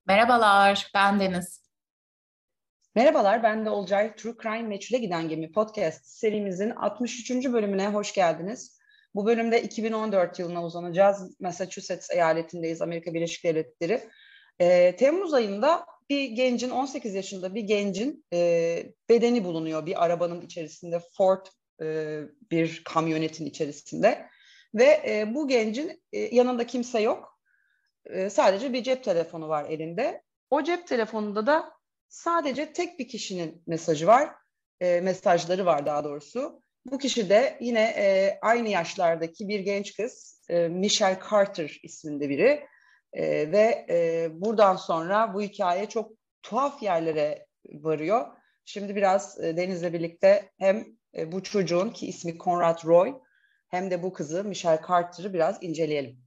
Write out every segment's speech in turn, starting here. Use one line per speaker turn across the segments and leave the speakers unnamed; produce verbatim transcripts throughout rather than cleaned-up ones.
Merhabalar, ben Deniz.
Merhabalar, ben de Olcay. True Crime Meçhule Giden Gemi podcast serimizin altmış üçüncü bölümüne hoş geldiniz. Bu bölümde iki bin on dört yılına uzanacağız. Massachusetts eyaletindeyiz, Amerika Birleşik Devletleri. Ee, Temmuz ayında bir gencin, on sekiz yaşında bir gencin e, bedeni bulunuyor bir arabanın içerisinde, Ford e, bir kamyonetin içerisinde. Ve e, bu gencin e, yanında kimse yok. E, sadece bir cep telefonu var elinde. O cep telefonunda da sadece tek bir kişinin mesajı var. E, mesajları var daha doğrusu. Bu kişi de yine e, aynı yaşlardaki bir genç kız. E, Michelle Carter isminde biri. E, ve e, buradan sonra bu hikaye çok tuhaf yerlere varıyor. Şimdi biraz e, Deniz'le birlikte hem e, bu çocuğun ki ismi Conrad Roy hem de bu kızı Michelle Carter'ı biraz inceleyelim.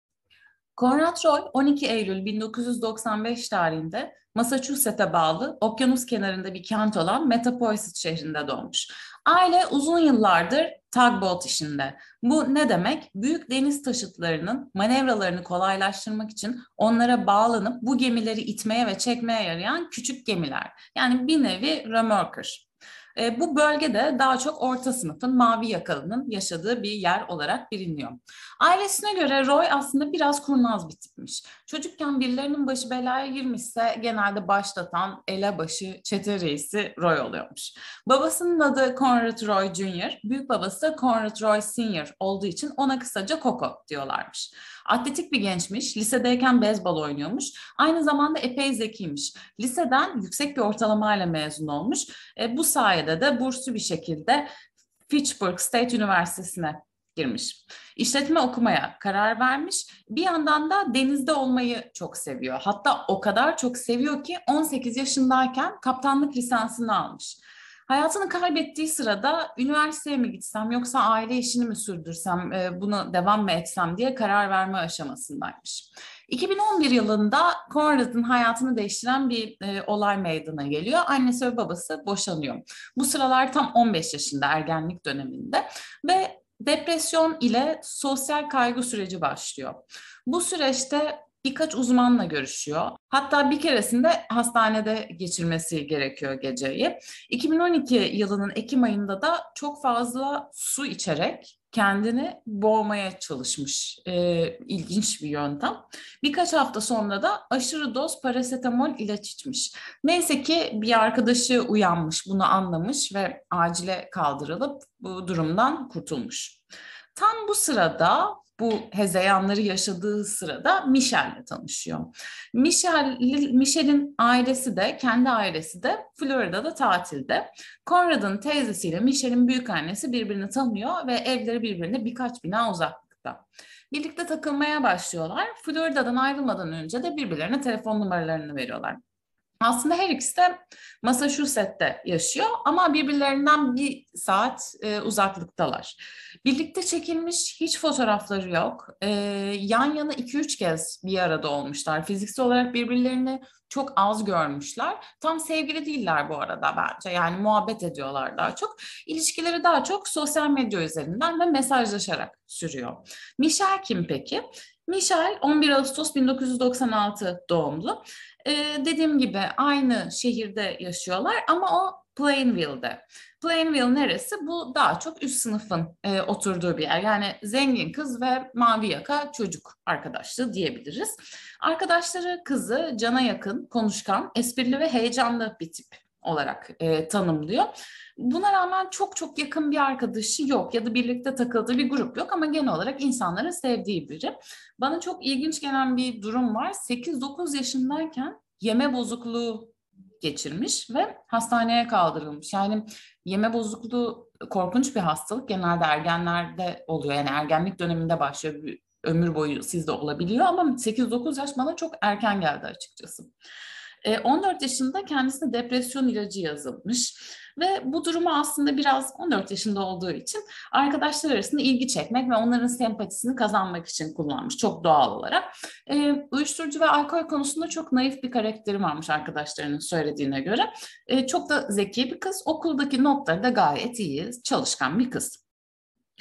Conrad Roy on iki Eylül bin dokuz yüz doksan beş tarihinde Massachusetts'e bağlı okyanus kenarında bir kent olan Metapoiset şehrinde doğmuş. Aile uzun yıllardır tugboat işinde. Bu ne demek? Büyük deniz taşıtlarının manevralarını kolaylaştırmak için onlara bağlanıp bu gemileri itmeye ve çekmeye yarayan küçük gemiler. Yani bir nevi römorker. E, bu bölgede daha çok orta sınıfın mavi yakalının yaşadığı bir yer olarak biliniyor. Ailesine göre Roy aslında biraz kurnaz bir tipmiş. Çocukken birilerinin başı belaya girmişse genelde başlatan elebaşı çete reisi Roy oluyormuş. Babasının adı Conrad Roy Junior, büyük babası da Conrad Roy Senior olduğu için ona kısaca Coco diyorlarmış. Atletik bir gençmiş, lisedeyken beyzbol oynuyormuş, aynı zamanda epey zekiymiş. Liseden yüksek bir ortalamayla mezun olmuş. E, bu sayede de burslu bir şekilde Fitchburg State Üniversitesi'ne girmiş. İşletme okumaya karar vermiş. Bir yandan da denizde olmayı çok seviyor. Hatta o kadar çok seviyor ki on sekiz yaşındayken kaptanlık lisansını almış. Hayatını kaybettiği sırada üniversiteye mi gitsem yoksa aile işini mi sürdürsem, e, buna devam mı etsem diye karar verme aşamasındaymış. iki bin on bir yılında Conrad'ın hayatını değiştiren bir e, olay meydana geliyor. Annesi ve babası boşanıyor. Bu sıralar tam on beş yaşında, ergenlik döneminde ve depresyon ile sosyal kaygı süreci başlıyor. Bu süreçte birkaç uzmanla görüşüyor. Hatta bir keresinde hastanede geçirmesi gerekiyor geceyi. iki bin on iki yılının Ekim ayında da çok fazla su içerek kendini boğmaya çalışmış. Ee, ilginç bir yöntem. Birkaç hafta sonra da aşırı doz parasetamol ilaç içmiş. Neyse ki bir arkadaşı uyanmış, bunu anlamış ve acile kaldırılıp bu durumdan kurtulmuş. Tam bu sırada, bu hezeyanları yaşadığı sırada Michelle'le tanışıyor. Michelle, Michelle'in ailesi de, kendi ailesi de Florida'da tatilde. Conrad'ın teyzesiyle Michelle'in büyükannesi birbirini tanıyor ve evleri birbirine birkaç bina uzaklıkta. Birlikte takılmaya başlıyorlar. Florida'dan ayrılmadan önce de birbirlerine telefon numaralarını veriyorlar. Aslında her ikisi de Massachusetts'te yaşıyor ama birbirlerinden bir saat e, uzaklıktalar. Birlikte çekilmiş hiç fotoğrafları yok. E, yan yana iki üç kez bir arada olmuşlar. Fiziksel olarak birbirlerini çok az görmüşler. Tam sevgili değiller bu arada bence. Yani muhabbet ediyorlar daha çok. İlişkileri daha çok sosyal medya üzerinden ve mesajlaşarak sürüyor. Michelle kim peki? Michelle on bir Ağustos bin dokuz yüz doksan altı doğumlu. Ee, dediğim gibi aynı şehirde yaşıyorlar ama o Plainville'de. Plainville neresi? Bu daha çok üst sınıfın e, oturduğu bir yer. Yani zengin kız ve mavi yaka çocuk arkadaşlığı diyebiliriz. Arkadaşları kızı cana yakın, konuşkan, esprili ve heyecanlı bir tip olarak e, tanımlıyor. Buna rağmen çok çok yakın bir arkadaşı yok ya da birlikte takıldığı bir grup yok ama genel olarak insanların sevdiği biri. Bana çok ilginç gelen bir durum var. sekiz dokuz yaşındayken yeme bozukluğu geçirmiş ve hastaneye kaldırılmış. Yani yeme bozukluğu korkunç bir hastalık. Genelde ergenlerde oluyor. Yani ergenlik döneminde başlıyor. Bir ömür boyu sizde olabiliyor ama sekiz dokuz yaş bana çok erken geldi açıkçası. E, on dört yaşında kendisine depresyon ilacı yazılmış ve bu durumu aslında biraz on dört yaşında olduğu için arkadaşlar arasında ilgi çekmek ve onların sempatisini kazanmak için kullanmış çok doğal olarak. E, uyuşturucu ve alkol konusunda çok naif bir karakteri varmış arkadaşlarının söylediğine göre. E, çok da zeki bir kız, okuldaki notları da gayet iyi, çalışkan bir kız.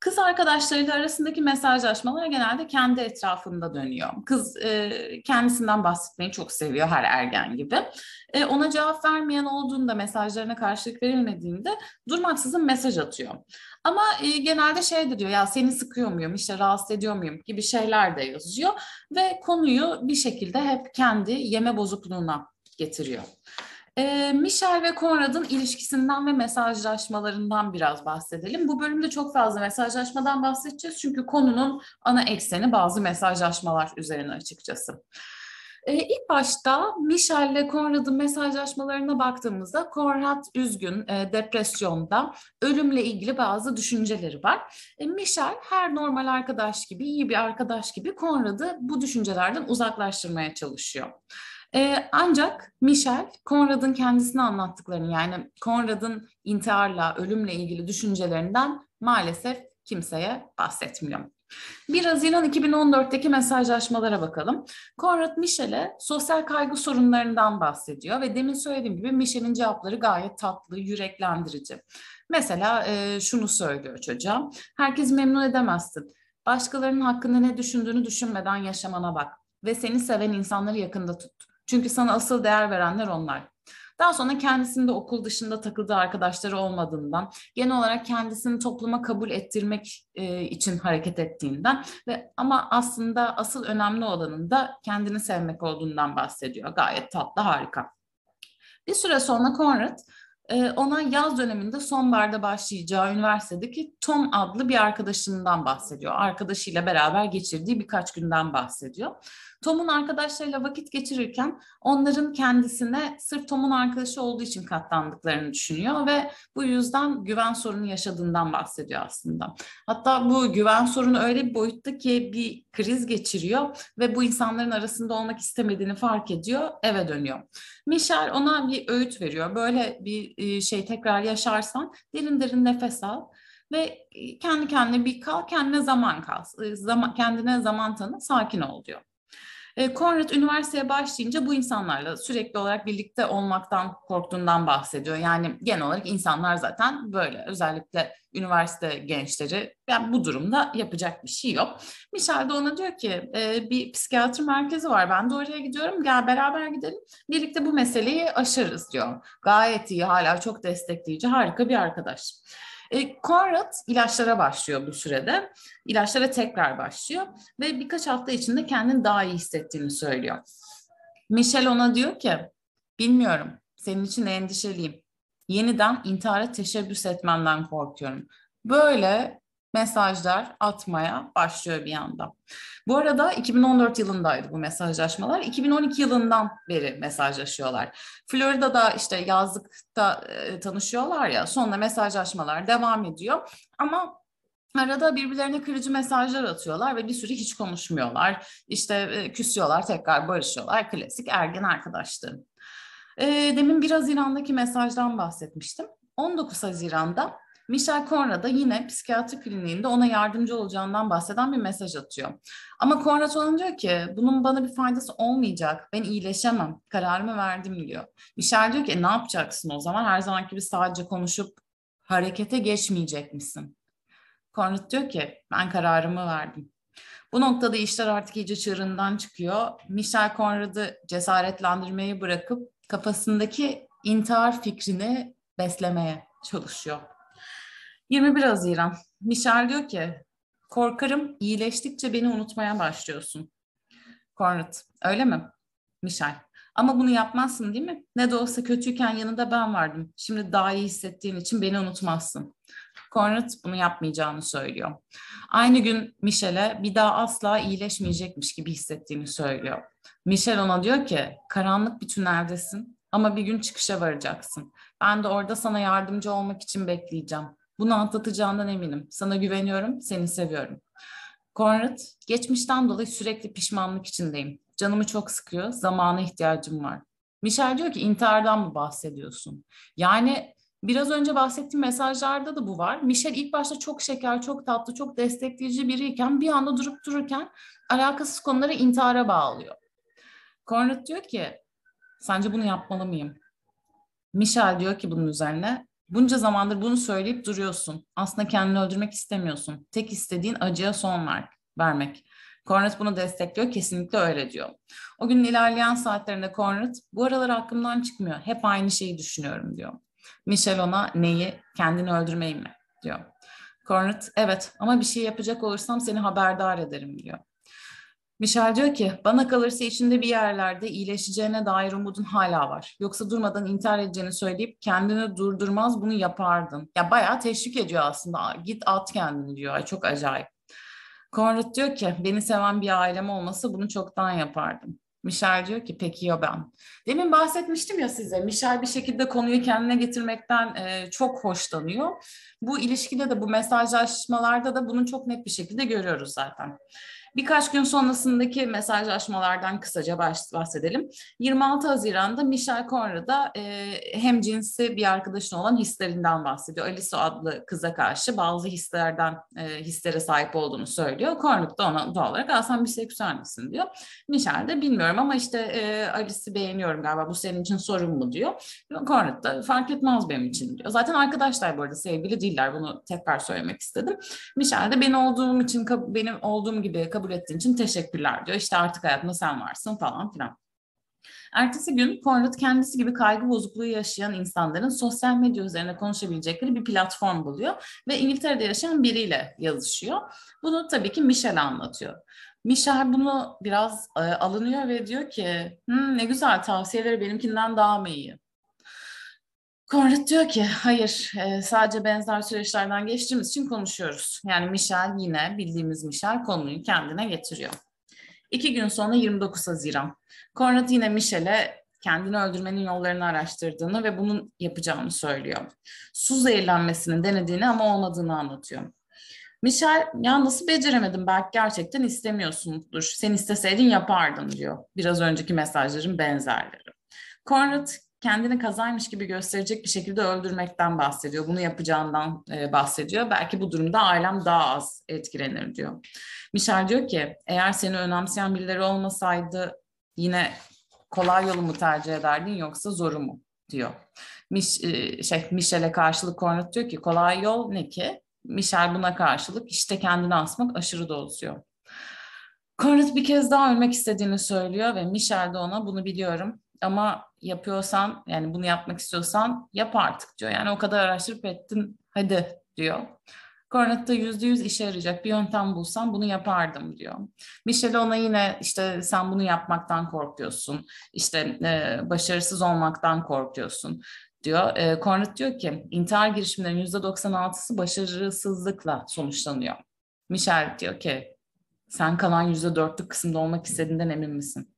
Kız arkadaşlarıyla arasındaki mesajlaşmalar genelde kendi etrafında dönüyor. Kız e, kendisinden bahsetmeyi çok seviyor, her ergen gibi. E, ona cevap vermeyen olduğunda, mesajlarına karşılık verilmediğinde durmaksızın mesaj atıyor. Ama e, genelde şey de diyor, ya seni sıkıyor muyum, işte rahatsız ediyor muyum gibi şeyler de yazıyor. Ve konuyu bir şekilde hep kendi yeme bozukluğuna getiriyor. E, Michel ve Conrad'ın ilişkisinden ve mesajlaşmalarından biraz bahsedelim. Bu bölümde çok fazla mesajlaşmadan bahsedeceğiz çünkü konunun ana ekseni bazı mesajlaşmalar üzerine açıkçası. E, ilk başta Michel ile Conrad'ın mesajlaşmalarına baktığımızda Conrad üzgün, e, depresyonda, ölümle ilgili bazı düşünceleri var. E, Michel her normal arkadaş gibi, iyi bir arkadaş gibi Conrad'ı bu düşüncelerden uzaklaştırmaya çalışıyor. Ee, ancak Michel, Conrad'ın kendisine anlattıklarını, yani Conrad'ın intiharla, ölümle ilgili düşüncelerinden maalesef kimseye bahsetmiyor. bir Haziran iki bin on dörtteki mesajlaşmalara bakalım. Conrad Michel'e sosyal kaygı sorunlarından bahsediyor ve demin söylediğim gibi Michel'in cevapları gayet tatlı, yüreklendirici. Mesela e, şunu söylüyor çocuğa: herkes memnun edemezsin. Başkalarının hakkında ne düşündüğünü düşünmeden yaşamana bak ve seni seven insanları yakında tut. Çünkü sana asıl değer verenler onlar. Daha sonra kendisinde okul dışında takıldığı arkadaşları olmadığından, genel olarak kendisini topluma kabul ettirmek e, için hareket ettiğinden ve ama aslında asıl önemli olanın da kendini sevmek olduğundan bahsediyor. Gayet tatlı, harika. Bir süre sonra Conrad e, ona yaz döneminde sonbaharda başlayacağı üniversitedeki Tom adlı bir arkadaşından bahsediyor. Arkadaşıyla beraber geçirdiği birkaç günden bahsediyor. Tom'un arkadaşlarıyla vakit geçirirken onların kendisine sırf Tom'un arkadaşı olduğu için katlandıklarını düşünüyor ve bu yüzden güven sorunu yaşadığından bahsediyor aslında. Hatta bu güven sorunu öyle bir boyutta ki bir kriz geçiriyor ve bu insanların arasında olmak istemediğini fark ediyor, eve dönüyor. Michel ona bir öğüt veriyor. Böyle bir şey tekrar yaşarsan derin derin nefes al ve kendi kendine bir kal, kendine zaman kal, zaman, kendine zaman tanı, sakin ol diyor. Conrad üniversiteye başlayınca bu insanlarla sürekli olarak birlikte olmaktan korktuğundan bahsediyor. Yani genel olarak insanlar zaten böyle, özellikle üniversite gençleri, yani bu durumda yapacak bir şey yok. Michel de ona diyor ki e, bir psikiyatri merkezi var, ben de oraya gidiyorum, gel beraber gidelim, birlikte bu meseleyi aşarız diyor. Gayet iyi, hala çok destekleyici, harika bir arkadaş. E, Conrad ilaçlara başlıyor bu sürede. İlaçlara tekrar başlıyor ve birkaç hafta içinde kendini daha iyi hissettiğini söylüyor. Michel ona diyor ki, bilmiyorum, senin için endişeliyim. Yeniden intihara teşebbüs etmenden korkuyorum. Böyle mesajlar atmaya başlıyor bir anda. Bu arada iki bin on dört yılındaydı bu mesajlaşmalar. iki bin on iki yılından beri mesajlaşıyorlar. Florida'da işte yazlıkta e, tanışıyorlar ya, sonra mesajlaşmalar devam ediyor. Ama arada birbirlerine kırıcı mesajlar atıyorlar ve bir süre hiç konuşmuyorlar. İşte e, küsüyorlar, tekrar barışıyorlar. Klasik ergen arkadaşlığı. E, demin bir Haziran'daki mesajdan bahsetmiştim. on dokuz Haziran'da Michel Conrad'a yine psikiyatri kliniğinde ona yardımcı olacağından bahseden bir mesaj atıyor. Ama Conrad ona diyor ki, bunun bana bir faydası olmayacak, ben iyileşemem, kararımı verdim diyor. Michel diyor ki, e, ne yapacaksın o zaman? Her zamanki gibi sadece konuşup harekete geçmeyecek misin? Conrad diyor ki, ben kararımı verdim. Bu noktada işler artık iyice çığırından çıkıyor. Michel Conrad'ı cesaretlendirmeyi bırakıp kafasındaki intihar fikrini beslemeye çalışıyor. yirmi bir Haziran. Michel diyor ki, korkarım iyileştikçe beni unutmaya başlıyorsun. Conrad, öyle mi? Michel, ama bunu yapmazsın değil mi? Ne de olsa kötüyken yanında ben vardım. Şimdi daha iyi hissettiğin için beni unutmazsın. Conrad bunu yapmayacağını söylüyor. Aynı gün Michel'e bir daha asla iyileşmeyecekmiş gibi hissettiğini söylüyor. Michel ona diyor ki, karanlık bir tüneldesin ama bir gün çıkışa varacaksın. Ben de orada sana yardımcı olmak için bekleyeceğim. Bunu atlatacağından eminim. Sana güveniyorum, seni seviyorum. Conrad, geçmişten dolayı sürekli pişmanlık içindeyim. Canımı çok sıkıyor, zamana ihtiyacım var. Michel diyor ki, intihardan mı bahsediyorsun? Yani biraz önce bahsettiğim mesajlarda da bu var. Michel ilk başta çok şeker, çok tatlı, çok destekleyici biriyken bir anda durup dururken alakasız konuları intihara bağlıyor. Conrad diyor ki, sence bunu yapmalı mıyım? Michel diyor ki bunun üzerine, Bunca zamandır bunu söyleyip duruyorsun. Aslında kendini öldürmek istemiyorsun. Tek istediğin acıya son ver, vermek. Conrad bunu destekliyor, kesinlikle öyle diyor. O günün ilerleyen saatlerinde Conrad, bu aralar aklımdan çıkmıyor. Hep aynı şeyi düşünüyorum diyor. Michelle ona neyi, kendini öldürmeyi mi diyor. Conrad, evet ama bir şey yapacak olursam seni haberdar ederim diyor. Michelle diyor ki, bana kalırsa içinde bir yerlerde iyileşeceğine dair umudun hala var. Yoksa durmadan intihar edeceğini söyleyip kendini durdurmaz bunu yapardın. Ya bayağı teşvik ediyor aslında. Git at kendini diyor. Ay, çok acayip. Conrad diyor ki, beni seven bir ailem olmasa bunu çoktan yapardım. Michelle diyor ki, peki ya ben? Demin bahsetmiştim ya size. Michelle bir şekilde konuyu kendine getirmekten e, çok hoşlanıyor. Bu ilişkide de bu mesajlaşmalarda da bunu çok net bir şekilde görüyoruz zaten. Birkaç gün sonrasındaki mesajlaşmalardan kısaca bahsedelim. yirmi altı Haziran'da Michelle Conrad'a e, hem cinsi bir arkadaşın olan hislerinden bahsediyor. Alice adlı kıza karşı bazı hislerden e, hislere sahip olduğunu söylüyor. Conrad da ona doğal olarak "Aa, sen biseksüel misin?" diyor. Michelle de bilmiyorum ama işte e, Alice'i beğeniyorum galiba, bu senin için sorun mu diyor. Conrad da fark etmez benim için diyor. Zaten arkadaşlar bu arada, sevgili değiller, bunu tekrar söylemek istedim. Michelle de beni olduğum için, benim olduğum gibi kabul ettiğin için teşekkürler diyor. İşte artık hayatımda sen varsın falan filan. Ertesi gün Conrad kendisi gibi kaygı bozukluğu yaşayan insanların sosyal medya üzerine konuşabilecekleri bir platform buluyor ve İngiltere'de yaşayan biriyle yazışıyor. Bunu tabii ki Michelle anlatıyor. Michelle bunu biraz e, alınıyor ve diyor ki, hmm, ne güzel, tavsiyeleri benimkinden daha mı iyi? Conrad diyor ki, hayır, e, sadece benzer süreçlerden geçtiğimiz için konuşuyoruz. Yani Michelle, yine bildiğimiz Michelle, konuyu kendine getiriyor. İki gün sonra yirmi dokuz Haziran. Conrad yine Michelle'e kendini öldürmenin yollarını araştırdığını ve bunun yapacağını söylüyor. Su zehirlenmesinin denediğini ama olmadığını anlatıyor. Michelle, ya nasıl beceremedim, belki gerçekten istemiyorsundur. Sen isteseydin yapardın diyor. Biraz önceki mesajların benzerleri. Conrad kendini kazaymış gibi gösterecek bir şekilde öldürmekten bahsediyor. Bunu yapacağından e, bahsediyor. Belki bu durumda ailem daha az etkilenir diyor. Michelle diyor ki, eğer seni önemseyen birileri olmasaydı yine kolay yolu mu tercih ederdin yoksa zoru mu diyor. Mich, e, şey, Michelle'e karşılık Conrad diyor ki, kolay yol ne ki? Michelle buna karşılık, işte kendini asmak aşırı dozuyor. Conrad bir kez daha ölmek istediğini söylüyor ve Michelle de ona, bunu biliyorum ama yapıyorsan, yani bunu yapmak istiyorsan yap artık diyor. Yani o kadar araştırıp ettin, hadi diyor. Conrad da yüzde yüz işe yarayacak bir yöntem bulsam bunu yapardım diyor. Michelle ona yine, işte sen bunu yapmaktan korkuyorsun, işte e, başarısız olmaktan korkuyorsun diyor. E, Conrad diyor ki, intihar girişimlerinin yüzde doksan altısı başarısızlıkla sonuçlanıyor. Michelle diyor ki, sen kalan yüzde dörtlük kısımda olmak istediğinden emin misin?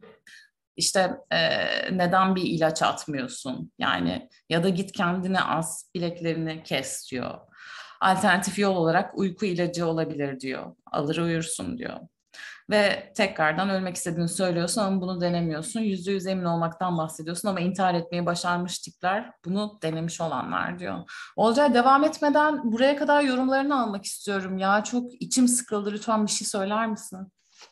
İşte e, neden bir ilaç atmıyorsun? Yani ya da git kendine as, bileklerini kes diyor. Alternatif yol olarak uyku ilacı olabilir diyor. Alır uyursun diyor. Ve tekrardan ölmek istediğini söylüyorsun ama bunu denemiyorsun. Yüzde yüz emin olmaktan bahsediyorsun ama intihar etmeyi başarmış tipler bunu denemiş olanlar diyor. Olcay, devam etmeden buraya kadar yorumlarını almak istiyorum ya. Çok içim sıkıldı. Lütfen bir şey söyler misin?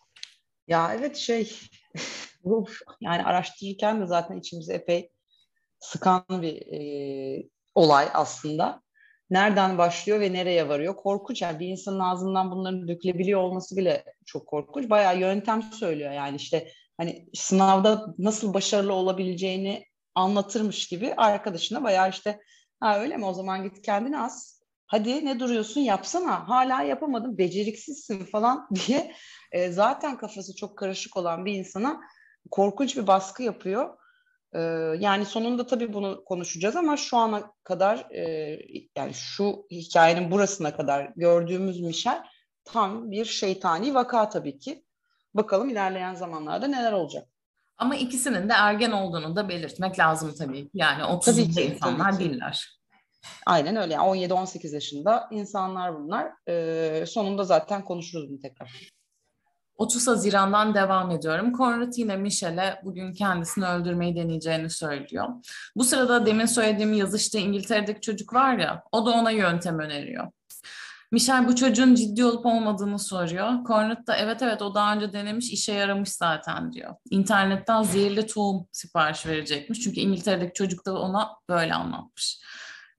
Ya evet şey bu yani araştırırken de zaten içimizi epey sıkan bir e, olay aslında. Nereden başlıyor ve nereye varıyor? Korkunç. Yani bir insanın ağzından bunların dökülebiliyor olması bile çok korkunç. Bayağı yöntem söylüyor yani işte hani sınavda nasıl başarılı olabileceğini anlatırmış gibi arkadaşına bayağı işte, ha öyle mi, o zaman git kendini as. Hadi ne duruyorsun, yapsana. Hala yapamadın, beceriksizsin falan diye e, zaten kafası çok karışık olan bir insana korkunç bir baskı yapıyor. Ee, yani sonunda tabii bunu konuşacağız ama şu ana kadar e, yani şu hikayenin burasına kadar gördüğümüz Michel tam bir şeytani vaka tabii ki. Bakalım ilerleyen zamanlarda neler olacak.
Ama ikisinin de ergen olduğunu da belirtmek lazım tabii. Yani
Tabii
otuzunda
ki, tabii
insanlar
ki.
değiller.
Aynen öyle. Yani on yedi on sekiz yaşında insanlar bunlar. Ee, sonunda zaten konuşuruz bunu tekrar.
otuz Haziran'dan devam ediyorum. Conrad yine Michelle'e bugün kendisini öldürmeyi deneyeceğini söylüyor. Bu sırada demin söylediğim yazıştığı İngiltere'deki çocuk var ya, o da ona yöntem öneriyor. Michelle bu çocuğun ciddi olup olmadığını soruyor. Conrad da evet evet o daha önce denemiş, işe yaramış zaten diyor. İnternetten zehirli tohum sipariş verecekmiş. Çünkü İngiltere'deki çocuk da ona böyle anlatmış.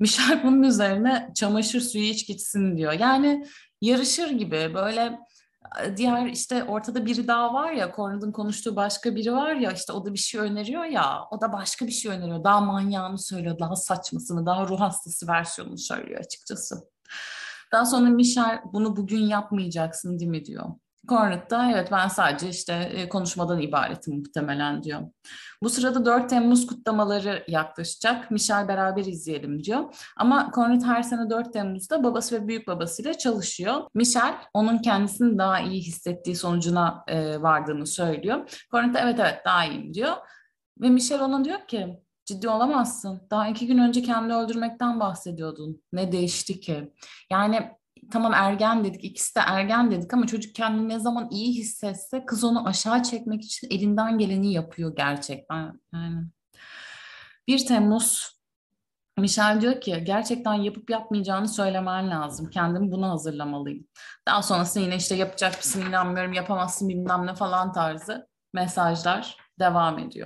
Michel bunun üzerine çamaşır suyu iç gitsin diyor. Yani yarışır gibi böyle diğer işte ortada biri daha var ya, Conrad'ın konuştuğu başka biri var ya, işte o da bir şey öneriyor ya, o da başka bir şey öneriyor. Daha manyağını söylüyor, daha saçmasını, daha ruh hastası versiyonunu söylüyor açıkçası. Daha sonra Michel bunu bugün yapmayacaksın değil mi diyor. Conrad da evet ben sadece işte e, konuşmadan ibaretim muhtemelen diyor. Bu sırada dört Temmuz kutlamaları yaklaşacak. Michel beraber izleyelim diyor. Ama Conrad her sene dört Temmuz'da babası ve büyük babasıyla çalışıyor. Michel onun kendisini daha iyi hissettiği sonucuna e, vardığını söylüyor. Conrad da evet evet daha iyiyim diyor. Ve Michel ona diyor ki ciddi olamazsın. Daha iki gün önce kendini öldürmekten bahsediyordun. Ne değişti ki? Yani tamam ergen dedik, ikisi de ergen dedik ama çocuk kendini ne zaman iyi hissetse kız onu aşağı çekmek için elinden geleni yapıyor gerçekten. Yani bir Temmuz Michel diyor ki gerçekten yapıp yapmayacağını söylemen lazım. Kendimi buna hazırlamalıyım. Daha sonrasında yine işte yapacak mısın inanmıyorum, yapamazsın bilmem ne falan tarzı mesajlar devam ediyor.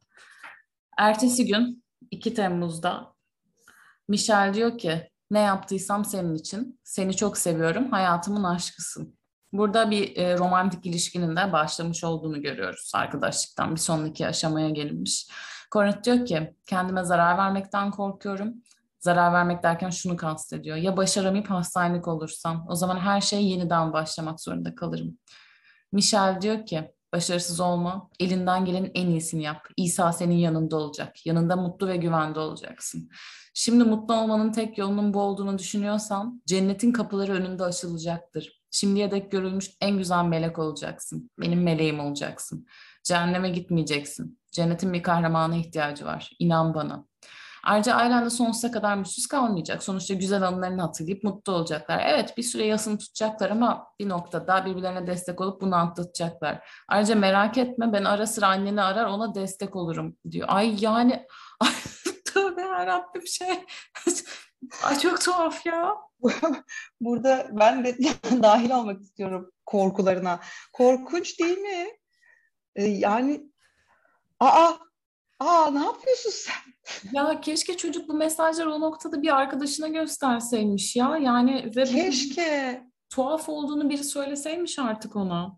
Ertesi gün iki Temmuz'da Michel diyor ki ne yaptıysam senin için. Seni çok seviyorum. Hayatımın aşkısın. Burada bir e, romantik ilişkinin de başlamış olduğunu görüyoruz. Arkadaşlıktan bir sonraki aşamaya gelinmiş. Conrad diyor ki kendime zarar vermekten korkuyorum. Zarar vermek derken şunu kastediyor. Ya başaramayıp hastanelik olursam o zaman her şey yeniden başlamak zorunda kalırım. Michel diyor ki başarısız olma, elinden gelenin en iyisini yap. İsa senin yanında olacak. Yanında mutlu ve güvende olacaksın. Şimdi mutlu olmanın tek yolunun bu olduğunu düşünüyorsan cennetin kapıları önünde açılacaktır. Şimdiye dek görülmüş en güzel melek olacaksın. Benim meleğim olacaksın. Cehenneme gitmeyeceksin. Cennetin bir kahramana ihtiyacı var. İnan bana. Ayrıca ailen de sonsuza kadar mutsuz kalmayacak. Sonuçta güzel anılarını hatırlayıp mutlu olacaklar. Evet bir süre yasını tutacaklar ama bir noktada birbirlerine destek olup bunu atlatacaklar. Ayrıca merak etme ben ara sıra anneni arar ona destek olurum diyor. Ay yani ay, tövbe yarabbim şey. Ay çok tuhaf ya.
Burada ben de dahil olmak istiyorum korkularına. Korkunç değil mi? Ee, yani aa aa ne yapıyorsun sen?
Ya keşke çocuk bu mesajları o noktada bir arkadaşına gösterseymiş ya. Yani ve bu
Keşke.
tuhaf olduğunu biri söyleseymiş artık ona.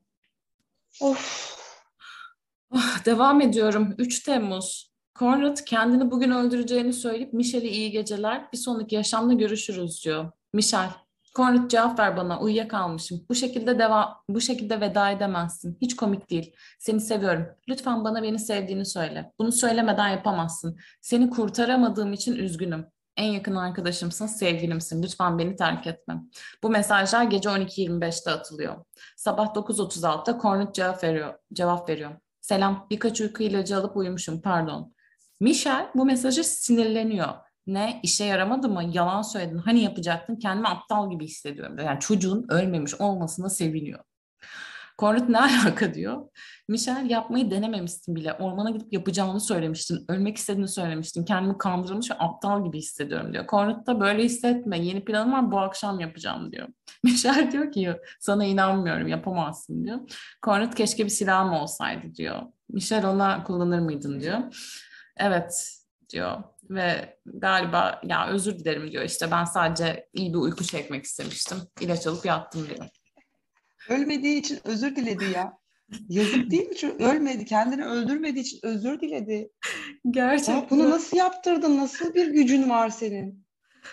Of.
Ah, devam ediyorum. üç Temmuz. Conrad kendini bugün öldüreceğini söyleyip Michel'e iyi geceler. Bir sonraki yaşamda görüşürüz diyor. Michel, Conrad cevap ver bana. Uyuyakalmışım. Bu şekilde deva bu şekilde veda edemezsin. Hiç komik değil. Seni seviyorum. Lütfen bana beni sevdiğini söyle. Bunu söylemeden yapamazsın. Seni kurtaramadığım için üzgünüm. En yakın arkadaşımsın, sevgilimsin. Lütfen beni terk etme. Bu mesajlar gece on iki yirmi beşte atılıyor. Sabah dokuz otuz altıda Conrad cevap veriyor. Cevap veriyor. Selam, birkaç uyku ilacı alıp uyumuşum, pardon. Michel bu mesajı sinirleniyor. Ne, işe yaramadı mı? Yalan söyledin. Hani yapacaktın? Kendimi aptal gibi hissediyorum. Yani çocuğun ölmemiş olmasına seviniyor. Conrad ne alaka diyor. Michel yapmayı denememiştin bile. Ormana gidip yapacağını söylemiştin. Ölmek istediğini söylemiştin. Kendimi kandırılmış ve aptal gibi hissediyorum diyor. Conrad da böyle hissetme. Yeni planım var bu akşam yapacağım diyor. Michel diyor ki sana inanmıyorum yapamazsın diyor. Conrad keşke bir silahım olsaydı diyor. Michel ona kullanır mıydın diyor. Evet diyor ve galiba ya özür dilerim diyor işte ben sadece iyi bir uyku çekmek istemiştim. İlaç alıp yattım diyor.
Ölmediği için özür diledi ya. Yazık değil mi? Çünkü ölmedi. Kendini öldürmediği için özür diledi. Ya bunu
Gerçekten.
nasıl yaptırdın? Nasıl bir gücün var senin?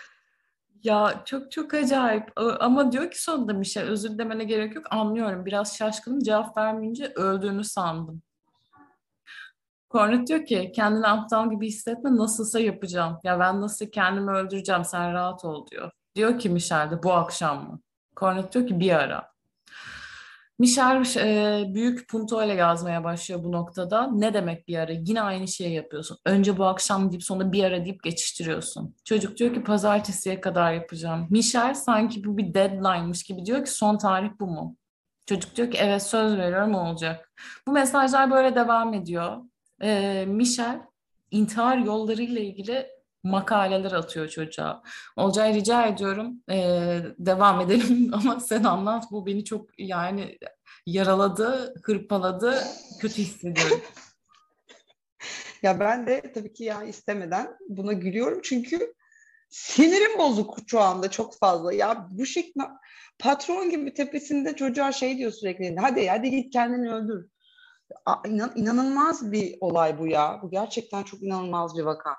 Ya çok çok acayip. A- Ama diyor ki sonunda bir şey özür demene gerek yok. Anlıyorum. Biraz şaşkınım. Cevap vermeyince öldüğünü sandım. Cornet diyor ki kendini aptal gibi hissetme nasılsa yapacağım. Ya ben nasıl kendimi öldüreceğim sen rahat ol diyor. Diyor ki Michel de bu akşam mı? Cornet diyor ki bir ara. Michel e, büyük punto ile yazmaya başlıyor bu noktada. Ne demek bir ara? Yine aynı şeyi yapıyorsun. Önce bu akşam deyip sonra bir ara deyip geçiştiriyorsun. Çocuk diyor ki pazartesiye kadar yapacağım. Michel sanki bu bir deadline'mış gibi diyor ki son tarih bu mu? Çocuk diyor ki evet söz veriyorum olacak. Bu mesajlar böyle devam ediyor. E, Michel intihar yollarıyla ilgili makaleler atıyor çocuğa. Olcay rica ediyorum e, devam edelim ama sen anlat bu beni çok yani yaraladı, hırpaladı, kötü hissediyorum.
Ya ben de tabii ki ya istemeden buna gülüyorum çünkü Sinirim bozuk şu anda çok fazla. Ya bu şekilde patron gibi tepesinde çocuğa şey diyor sürekli. Hadi hadi git kendini öldür. A, inan, inanılmaz bir olay bu ya. Bu gerçekten çok inanılmaz bir vaka.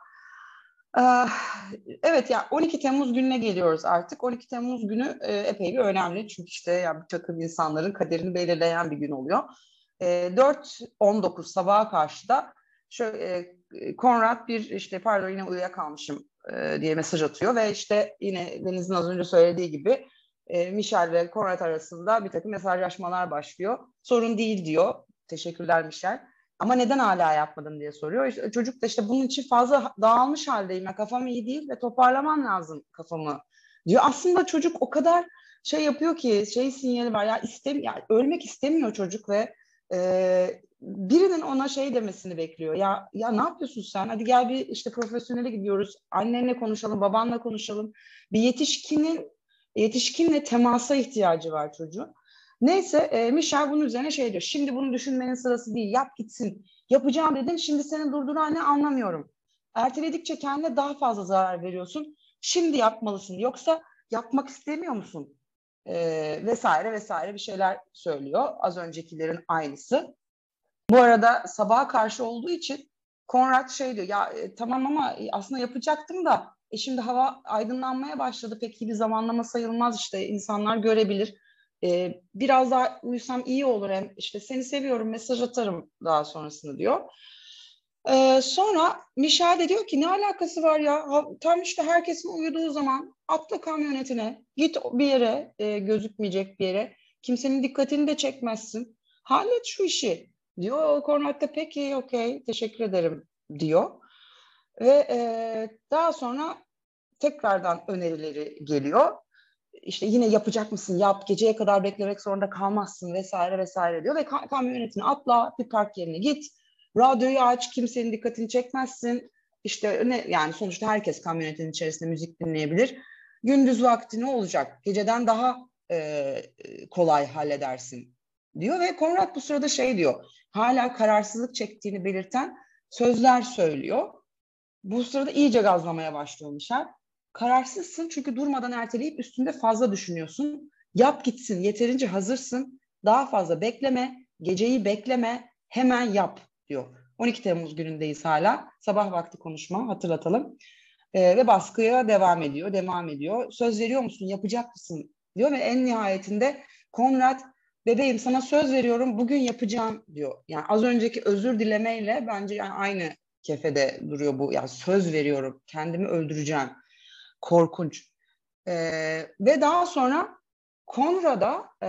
Ee, evet ya on iki Temmuz gününe geliyoruz artık. on iki Temmuz günü e, epey bir önemli. Çünkü işte ya bir takım insanların kaderini belirleyen bir gün oluyor. E, dört on dokuz sabaha karşı da şöyle, e, Konrad bir işte pardon yine uyuyakalmışım e, diye mesaj atıyor ve işte yine Deniz'in az önce söylediği gibi e, Michel ve Konrad arasında bir takım mesajlaşmalar başlıyor. Sorun değil diyor. Teşekkürler Michel. Ama neden hala yapmadım diye soruyor. İşte, çocuk da işte bunun için fazla dağılmış haldeyim. Ya, kafam iyi değil ve toparlamam lazım kafamı diyor. Aslında çocuk o kadar şey yapıyor ki şey sinyali var ya istem ya ölmek istemiyor çocuk ve e, birinin ona şey demesini bekliyor. Ya ya ne yapıyorsun sen? Hadi gel bir işte profesyonele gidiyoruz. Annenle konuşalım, babanla konuşalım. Bir yetişkinin yetişkinle temasa ihtiyacı var çocuğun. Neyse e, Michel bunun üzerine şey diyor. Şimdi bunu düşünmenin sırası değil. Yap gitsin. Yapacağım dedin. Şimdi senin durduran ne anlamıyorum. Erteledikçe kendine daha fazla zarar veriyorsun. Şimdi yapmalısın. Yoksa yapmak istemiyor musun? E, vesaire vesaire bir şeyler söylüyor. Az öncekilerin aynısı. Bu arada sabaha karşı olduğu için Konrad şey diyor. Ya e, tamam ama aslında yapacaktım da e, şimdi hava aydınlanmaya başladı. Pek iyi bir zamanlama sayılmaz işte. İnsanlar görebilir. Ee, biraz daha uyusam iyi olur hem işte seni seviyorum mesaj atarım daha sonrasını diyor. Ee, sonra Michel de diyor ki ne alakası var ya ha, tam işte herkesin uyuduğu zaman atla kamyonetine git bir yere e, gözükmeyecek bir yere kimsenin dikkatini de çekmezsin hallet şu işi diyor. Konrad da peki okey teşekkür ederim diyor ve e, daha sonra tekrardan önerileri geliyor. İşte yine yapacak mısın? Yap. Geceye kadar beklemek zorunda kalmazsın vesaire vesaire diyor. Ve kam- kamyonetine atla, bir park yerine git. Radyoyu aç, kimsenin dikkatini çekmezsin. İşte ne, yani sonuçta herkes kamyonetin içerisinde müzik dinleyebilir. Gündüz vakti ne olacak? Geceden daha e, kolay halledersin diyor. Ve Konrad bu sırada şey diyor. Hala kararsızlık çektiğini belirten sözler söylüyor. Bu sırada iyice gazlamaya başlıyor Michel. Kararsızsın çünkü durmadan erteleyip üstünde fazla düşünüyorsun. Yap gitsin, yeterince hazırsın. Daha fazla bekleme, geceyi bekleme, hemen yap diyor. on iki Temmuz günündeyiz hala. Sabah vakti konuşma hatırlatalım. Ee, ve baskıya devam ediyor, devam ediyor. Söz veriyor musun, yapacak mısın diyor ve en nihayetinde Konrad bebeğim sana söz veriyorum bugün yapacağım diyor. Yani az önceki özür dilemeyle bence yani aynı kefede duruyor bu. Yani söz veriyorum, kendimi öldüreceğim. Korkunç. Ee, ve daha sonra Konrad'a e,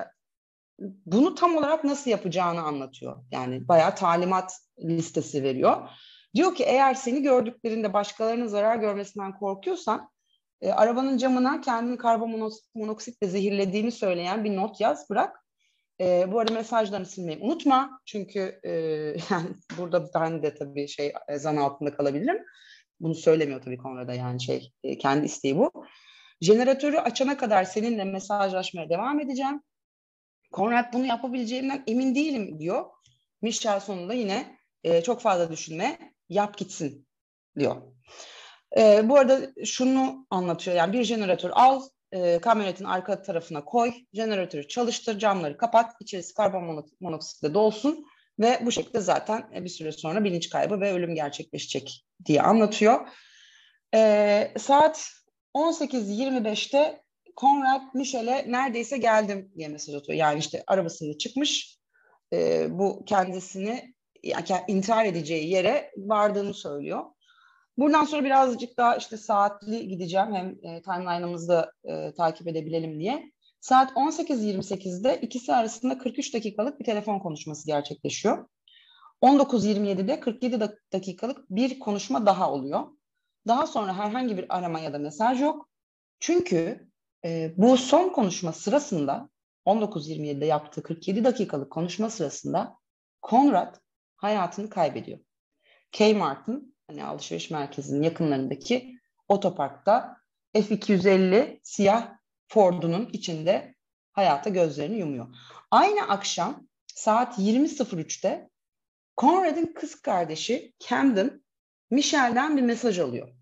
bunu tam olarak nasıl yapacağını anlatıyor. Yani bayağı talimat listesi veriyor. Diyor ki eğer seni gördüklerinde başkalarının zarar görmesinden korkuyorsan e, arabanın camına kendini karbonmonoksitle zehirlediğini söyleyen bir not yaz bırak. E, bu arada mesajlarını silmeyi unutma. Çünkü e, yani burada ben de tabii şey e, zan altında kalabilirim. Bunu söylemiyor tabii Konrad'a yani şey e, kendi isteği bu. Jeneratörü açana kadar seninle mesajlaşmaya devam edeceğim. Konrad bunu yapabileceğimden emin değilim diyor. Michel sonunda yine e, çok fazla düşünme, yap gitsin diyor. E, bu arada şunu anlatıyor yani bir jeneratör al, e, kamyonetin arka tarafına koy, jeneratörü çalıştır, camları kapat, içerisi karbon monoksitle dolsun ve bu şekilde zaten bir süre sonra bilinç kaybı ve ölüm gerçekleşecek diye anlatıyor. E, saat on sekiz yirmi beşte Konrad Michel'e neredeyse geldim diye mesaj atıyor. Yani işte arabasında çıkmış e, bu kendisini yani intihar edeceği yere vardığını söylüyor. Buradan sonra birazcık daha işte saatli gideceğim hem e, timeline'ımızı da e, takip edebilelim diye. Saat on sekiz yirmi sekizde ikisi arasında kırk üç dakikalık bir telefon konuşması gerçekleşiyor. on dokuz yirmi yedide kırk yedi dakikalık bir konuşma daha oluyor. Daha sonra herhangi bir arama ya da mesaj yok. Çünkü e, bu son konuşma sırasında on dokuz yirmi yedide yaptığı kırk yedi dakikalık konuşma sırasında Konrad hayatını kaybediyor. Kmart'ın hani alışveriş merkezinin yakınlarındaki otoparkta F iki yüz elli siyah Ford'unun içinde hayata gözlerini yumuyor. Aynı akşam saat yirmi sıfır üçte Konrad'ın kız kardeşi Camden Michel'den bir mesaj alıyor.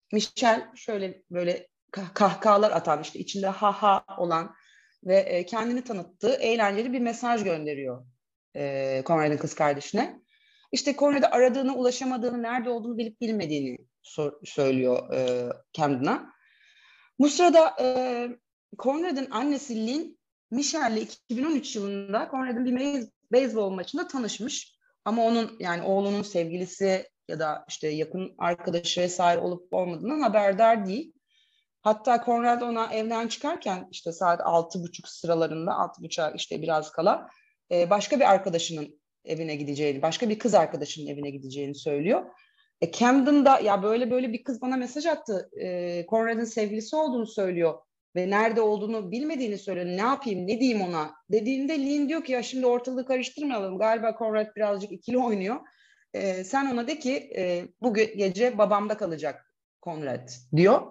Michelle şöyle böyle kah- kahkahalar atan, işte içinde ha ha olan ve e, kendini tanıttığı eğlenceli bir mesaj gönderiyor e, Conrad'ın kız kardeşine. İşte Conrad'ı aradığını, ulaşamadığını, nerede olduğunu bilip bilmediğini sor- söylüyor e, Camden'a. Bu sırada e, Conrad'ın annesi Lynn, Michelle'le iki bin on üç yılında Conrad'ın bir mey- beyzbol maçında tanışmış. Ama onun, yani oğlunun sevgilisi ya da işte yakın arkadaşı vesaire olup olmadığından haberdar değil. Hatta Conrad ona evden çıkarken işte saat altı buçuk sıralarında, altı buçuğa işte biraz kala e, başka bir arkadaşının evine gideceğini, başka bir kız arkadaşının evine gideceğini söylüyor. E, Camden da ya böyle böyle bir kız bana mesaj attı. E, Conrad'ın sevgilisi olduğunu söylüyor ve nerede olduğunu bilmediğini söylüyor. Ne yapayım, ne diyeyim ona? Dediğinde Lynn diyor ki ya şimdi ortalığı karıştırmayalım. Galiba Conrad birazcık ikili oynuyor. E, sen ona de ki e, bu gece babamda kalacak Conrad diyor.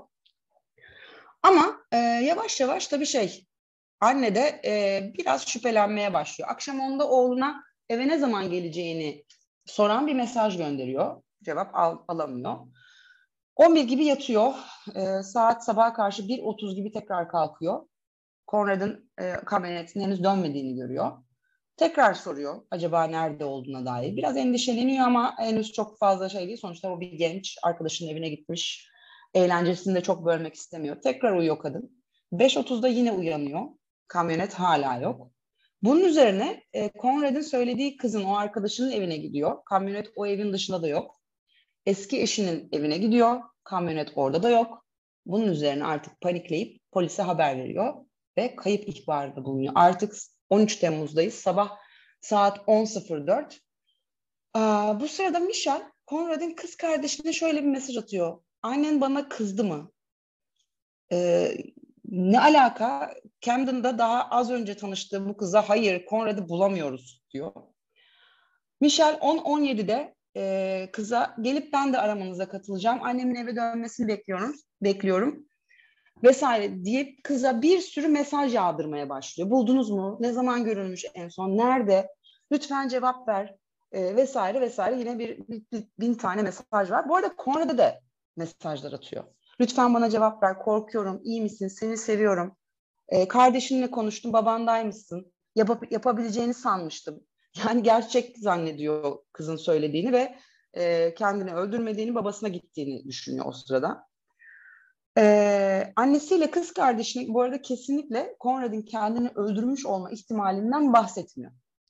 Ama e, yavaş yavaş tabii şey, anne de e, biraz şüphelenmeye başlıyor. Akşam onda oğluna eve ne zaman geleceğini soran bir mesaj gönderiyor. Cevap al, alamıyor. on bir gibi yatıyor. E, saat sabaha karşı bir otuz gibi tekrar kalkıyor. Conrad'ın e, kamyonetin henüz dönmediğini görüyor. Tekrar soruyor acaba nerede olduğuna dair. Biraz endişeleniyor ama henüz çok fazla şey değil. Sonuçta o bir genç, arkadaşının evine gitmiş. Eğlencesini de çok bölmek istemiyor. Tekrar uyuyor kadın. beş otuzda yine uyanıyor. Kamyonet hala yok. Bunun üzerine e, Conrad'ın söylediği kızın, o arkadaşının evine gidiyor. Kamyonet o evin dışında da yok. Eski eşinin evine gidiyor. Kamyonet orada da yok. Bunun üzerine artık panikleyip polise haber veriyor ve kayıp ihbarında bulunuyor. Artık on üç Temmuz'dayız. Sabah saat on sıfır dört. Aa, bu sırada Michelle, Conrad'ın kız kardeşine şöyle bir mesaj atıyor. Annen bana kızdı mı? Ee, Ne alaka? Camden'da daha az önce tanıştığı bu kıza hayır, Conrad'ı bulamıyoruz diyor. Michelle on on yedide e, kıza gelip ben de aramanıza katılacağım. Annemin eve dönmesini bekliyorum. Bekliyorum vesaire deyip kıza bir sürü mesaj yağdırmaya başlıyor. Buldunuz mu? Ne zaman görülmüş en son? Nerede? Lütfen cevap ver e, vesaire vesaire. Yine bir, bir, bir bin tane mesaj var. Bu arada Conrad'a da mesajlar atıyor. Lütfen bana cevap ver. Korkuyorum. İyi misin? Seni seviyorum. E, kardeşinle konuştum. Babandaymışsın. Yap- yapabileceğini sanmıştım. Yani gerçek zannediyor kızın söylediğini ve e, kendini öldürmediğini, babasına gittiğini düşünüyor o sırada. Ee, annesiyle kız kardeşinin bu arada kesinlikle Conrad'ın kendini öldürmüş olma ihtimalinden bahsetmiyor.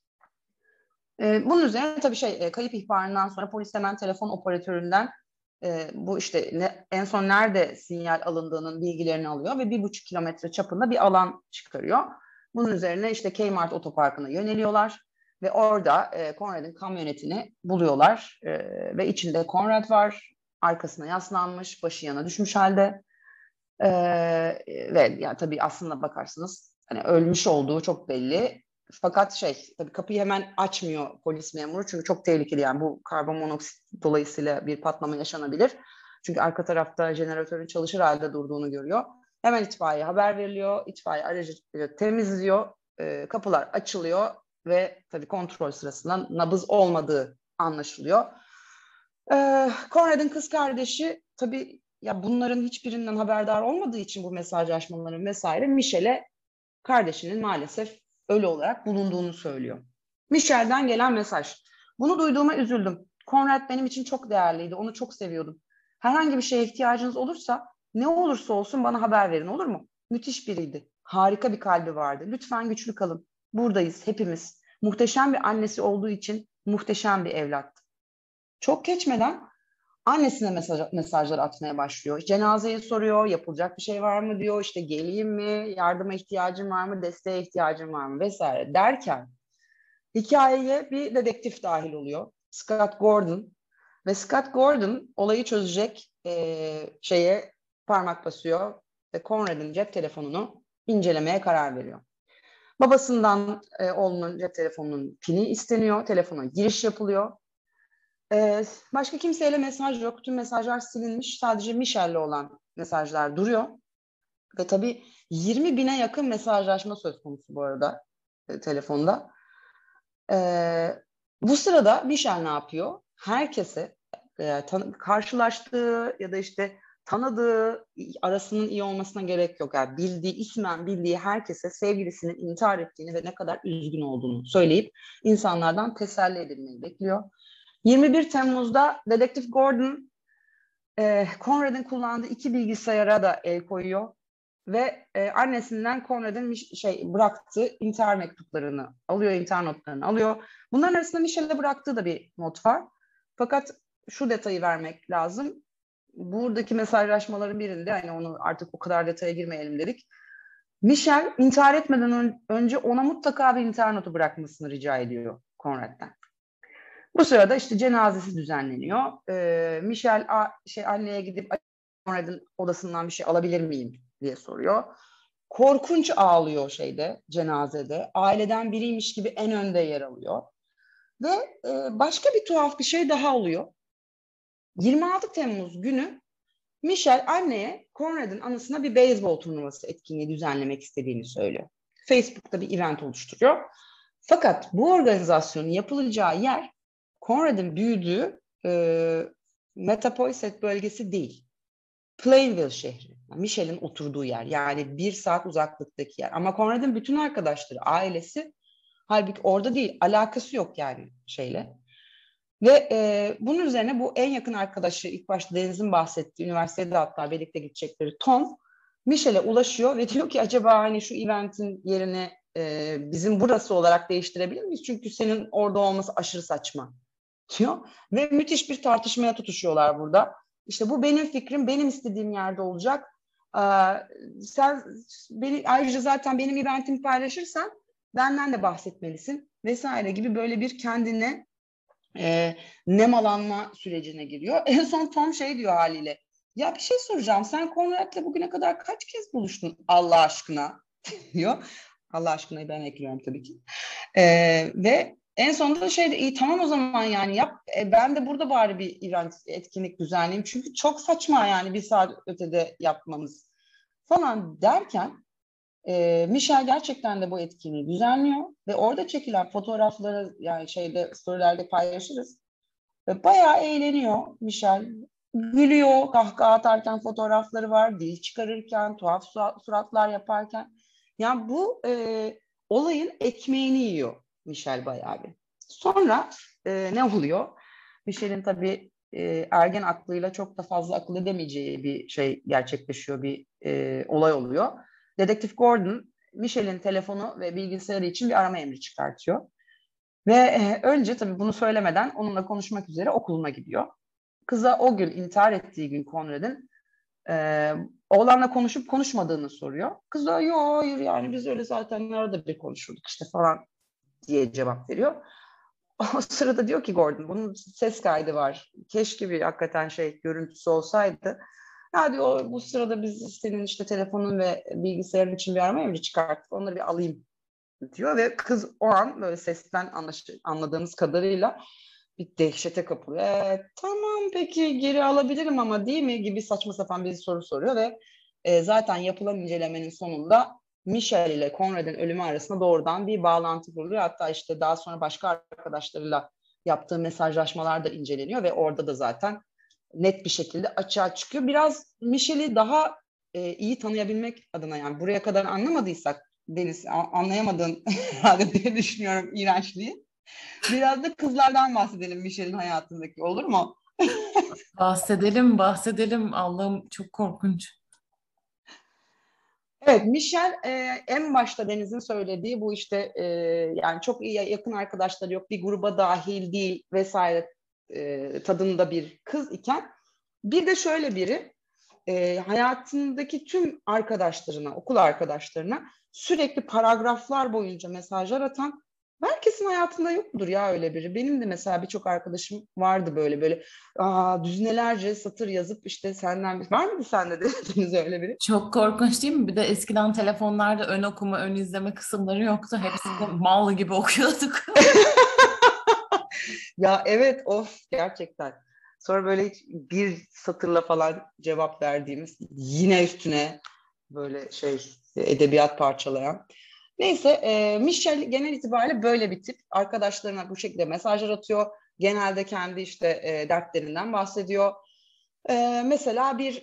Ee, bunun üzerine tabii şey e, kayıp ihbarından sonra polis hemen telefon operatöründen e, bu işte ne, en son nerede sinyal alındığının bilgilerini alıyor ve bir buçuk kilometre çapında bir alan çıkarıyor. Bunun üzerine işte Kmart otoparkına yöneliyorlar ve orada e, Conrad'ın kamyonetini buluyorlar e, ve içinde Conrad var, arkasına yaslanmış, başı yana düşmüş halde. Ee, Ve yani tabii aslında bakarsanız hani ölmüş olduğu çok belli. Fakat şey tabii kapıyı hemen açmıyor polis memuru çünkü çok tehlikeli, yani bu karbon monoksit dolayısıyla bir patlama yaşanabilir. Çünkü arka tarafta jeneratörün çalışır halde durduğunu görüyor. Hemen itfaiye haber veriliyor. İtfaiye aracı temizliyor. Ee, kapılar açılıyor ve tabii kontrol sırasında nabız olmadığı anlaşılıyor. Ee, Conrad'ın kız kardeşi tabii ya bunların hiçbirinden haberdar olmadığı için bu mesajlaşmaların vesaire Michelle'e kardeşinin maalesef ölü olarak bulunduğunu söylüyor. Michelle'den gelen mesaj. Bunu duyduğuma üzüldüm. Conrad benim için çok değerliydi. Onu çok seviyordum. Herhangi bir şeye ihtiyacınız olursa ne olursa olsun bana haber verin, olur mu? Müthiş biriydi. Harika bir kalbi vardı. Lütfen güçlü kalın. Buradayız hepimiz. Muhteşem bir annesi olduğu için muhteşem bir evlattı. Çok geçmeden annesine mesaj, mesajlar atmaya başlıyor. Cenazeyi soruyor, yapılacak bir şey var mı diyor, işte geleyim mi, yardıma ihtiyacın var mı, desteğe ihtiyacın var mı vesaire derken hikayeye bir dedektif dahil oluyor. Scott Gordon ve Scott Gordon olayı çözecek e, şeye parmak basıyor ve Conrad'ın cep telefonunu incelemeye karar veriyor. Babasından e, oğlunun cep telefonunun pini isteniyor, telefona giriş yapılıyor. Ee, başka kimseyle mesaj yok. Tüm mesajlar silinmiş. Sadece Michelle'le olan mesajlar duruyor. Ve tabii yirmi bine yakın mesajlaşma söz konusu bu arada e, telefonda. Ee, Bu sırada Michelle ne yapıyor? Herkese e, tan- karşılaştığı ya da işte tanıdığı, arasının iyi olmasına gerek yok. Yani bildiği, ismen bildiği herkese sevgilisinin intihar ettiğini ve ne kadar üzgün olduğunu söyleyip insanlardan teselli edilmeyi bekliyor. yirmi bir Temmuz'da Dedektif Gordon, e, Conrad'ın kullandığı iki bilgisayara da el koyuyor ve e, annesinden Conrad'ın şey bıraktığı intihar mektuplarını alıyor, intihar notlarını alıyor. Bunların arasında Michelle'e bıraktığı da bir not var. Fakat şu detayı vermek lazım. Buradaki mesajlaşmaların birinde, hani onu artık o kadar detaya girmeyelim dedik. Michelle intihar etmeden ön- önce ona mutlaka bir intihar notu bırakmasını rica ediyor Conrad'den. Bu sırada işte cenazesi düzenleniyor. Ee, Michelle a, şey anneye gidip Conrad'ın odasından bir şey alabilir miyim diye soruyor. Korkunç ağlıyor şeyde, cenazede. Aileden biriymiş gibi en önde yer alıyor. Ve e, başka bir tuhaf bir şey daha oluyor. yirmi altı Temmuz günü Michelle anneye Conrad'ın anısına bir beyzbol turnuvası etkinliği düzenlemek istediğini söylüyor. Facebook'ta bir event oluşturuyor. Fakat bu organizasyonun yapılacağı yer Conrad'ın büyüdüğü e, Metapoiset bölgesi değil. Plainville şehri. Yani Michelle'in oturduğu yer. Yani bir saat uzaklıktaki yer. Ama Conrad'ın bütün arkadaşları, ailesi halbuki orada değil. Alakası yok yani şeyle. Ve e, bunun üzerine bu en yakın arkadaşı, ilk başta Deniz'in bahsettiği, üniversitede hatta birlikte gidecekleri Tom, Michelle'e ulaşıyor ve diyor ki acaba hani şu eventin yerini e, bizim burası olarak değiştirebilir miyiz? Çünkü senin orada olması aşırı saçma diyor. Ve müthiş bir tartışmaya tutuşuyorlar burada. İşte bu benim fikrim, benim istediğim yerde olacak. Ee, sen beni, ayrıca zaten benim eventimi paylaşırsan benden de bahsetmelisin vesaire gibi böyle bir kendine e, nemalanma sürecine giriyor. En son Tom şey diyor haliyle. Ya bir şey soracağım. Sen Conrad'le bugüne kadar kaç kez buluştun Allah aşkına diyor. Allah aşkına ben ekliyorum tabii ki. E, ve en sonunda şey de iyi tamam o zaman yani yap. E, ben de burada bari bir event etkinlik düzenleyeyim. Çünkü çok saçma yani bir saat ötede yapmamız falan derken e, Michelle gerçekten de bu etkinliği düzenliyor ve orada çekilen fotoğrafları yani şeyde storylerde paylaşırız. Ve bayağı eğleniyor Michelle. Gülüyor, kahkaha atarken fotoğrafları var, dil çıkarırken, tuhaf suratlar yaparken. Yani bu e, olayın ekmeğini yiyor Michelle bayağı bir. Sonra e, ne oluyor? Michelle'in tabii e, ergen aklıyla çok da fazla akıl edemeyeceği bir şey gerçekleşiyor, bir e, olay oluyor. Dedektif Gordon, Michelle'in telefonu ve bilgisayarı için bir arama emri çıkartıyor. Ve e, önce tabii bunu söylemeden onunla konuşmak üzere okuluna gidiyor. Kıza o gün intihar ettiği gün Conrad'ın e, oğlanla konuşup konuşmadığını soruyor. Kız da yo hayır yani biz öyle zaten arada bir konuşurduk işte falan diye cevap veriyor. O sırada diyor ki Gordon bunun ses kaydı var. Keşke bir hakikaten şey görüntüsü olsaydı. Ya diyor bu sırada biz senin işte telefonun ve bilgisayarın için bir arama emri çıkarttık. Onları bir alayım diyor ve kız o an böyle sesten anlaş- anladığımız kadarıyla bir dehşete kapılıyor. E, tamam peki geri alabilirim ama değil mi gibi saçma sapan bir soru soruyor ve e, zaten yapılan incelemenin sonunda Michelle ile Conrad'ın ölümü arasında doğrudan bir bağlantı kuruluyor. Hatta işte daha sonra başka arkadaşlarıyla yaptığı mesajlaşmalar da inceleniyor ve orada da zaten net bir şekilde açığa çıkıyor. Biraz Michelle'i daha e, iyi tanıyabilmek adına yani buraya kadar anlamadıysak Deniz anlayamadığın herhalde diye düşünüyorum iğrençliği. Biraz da kızlardan bahsedelim Michelle'in hayatındaki olur mu?
Bahsedelim, bahsedelim. Allah'ım çok korkunç.
Evet, Michelle e, en başta Deniz'in söylediği bu işte e, yani çok iyi yakın arkadaşları yok, bir gruba dahil değil vesaire e, tadında bir kız iken bir de şöyle biri e, hayatındaki tüm arkadaşlarına, okul arkadaşlarına sürekli paragraflar boyunca mesajlar atan herkesin hayatında yok mudur ya öyle biri? Benim de mesela birçok arkadaşım vardı böyle böyle aa, düzinelerce satır yazıp işte senden var mıydı sende de Deniz öyle biri?
Çok korkunç değil mi? Bir de eskiden telefonlarda ön okuma, ön izleme kısımları yoktu. Hepsini mal gibi okuyorduk.
Ya evet of gerçekten. Sonra böyle hiç bir satırla falan cevap verdiğimiz yine üstüne böyle şey edebiyat parçalayan. Neyse e, Michelle genel itibariyle böyle bir tip. Arkadaşlarına bu şekilde mesajlar atıyor. Genelde kendi işte e, dertlerinden bahsediyor. E, mesela bir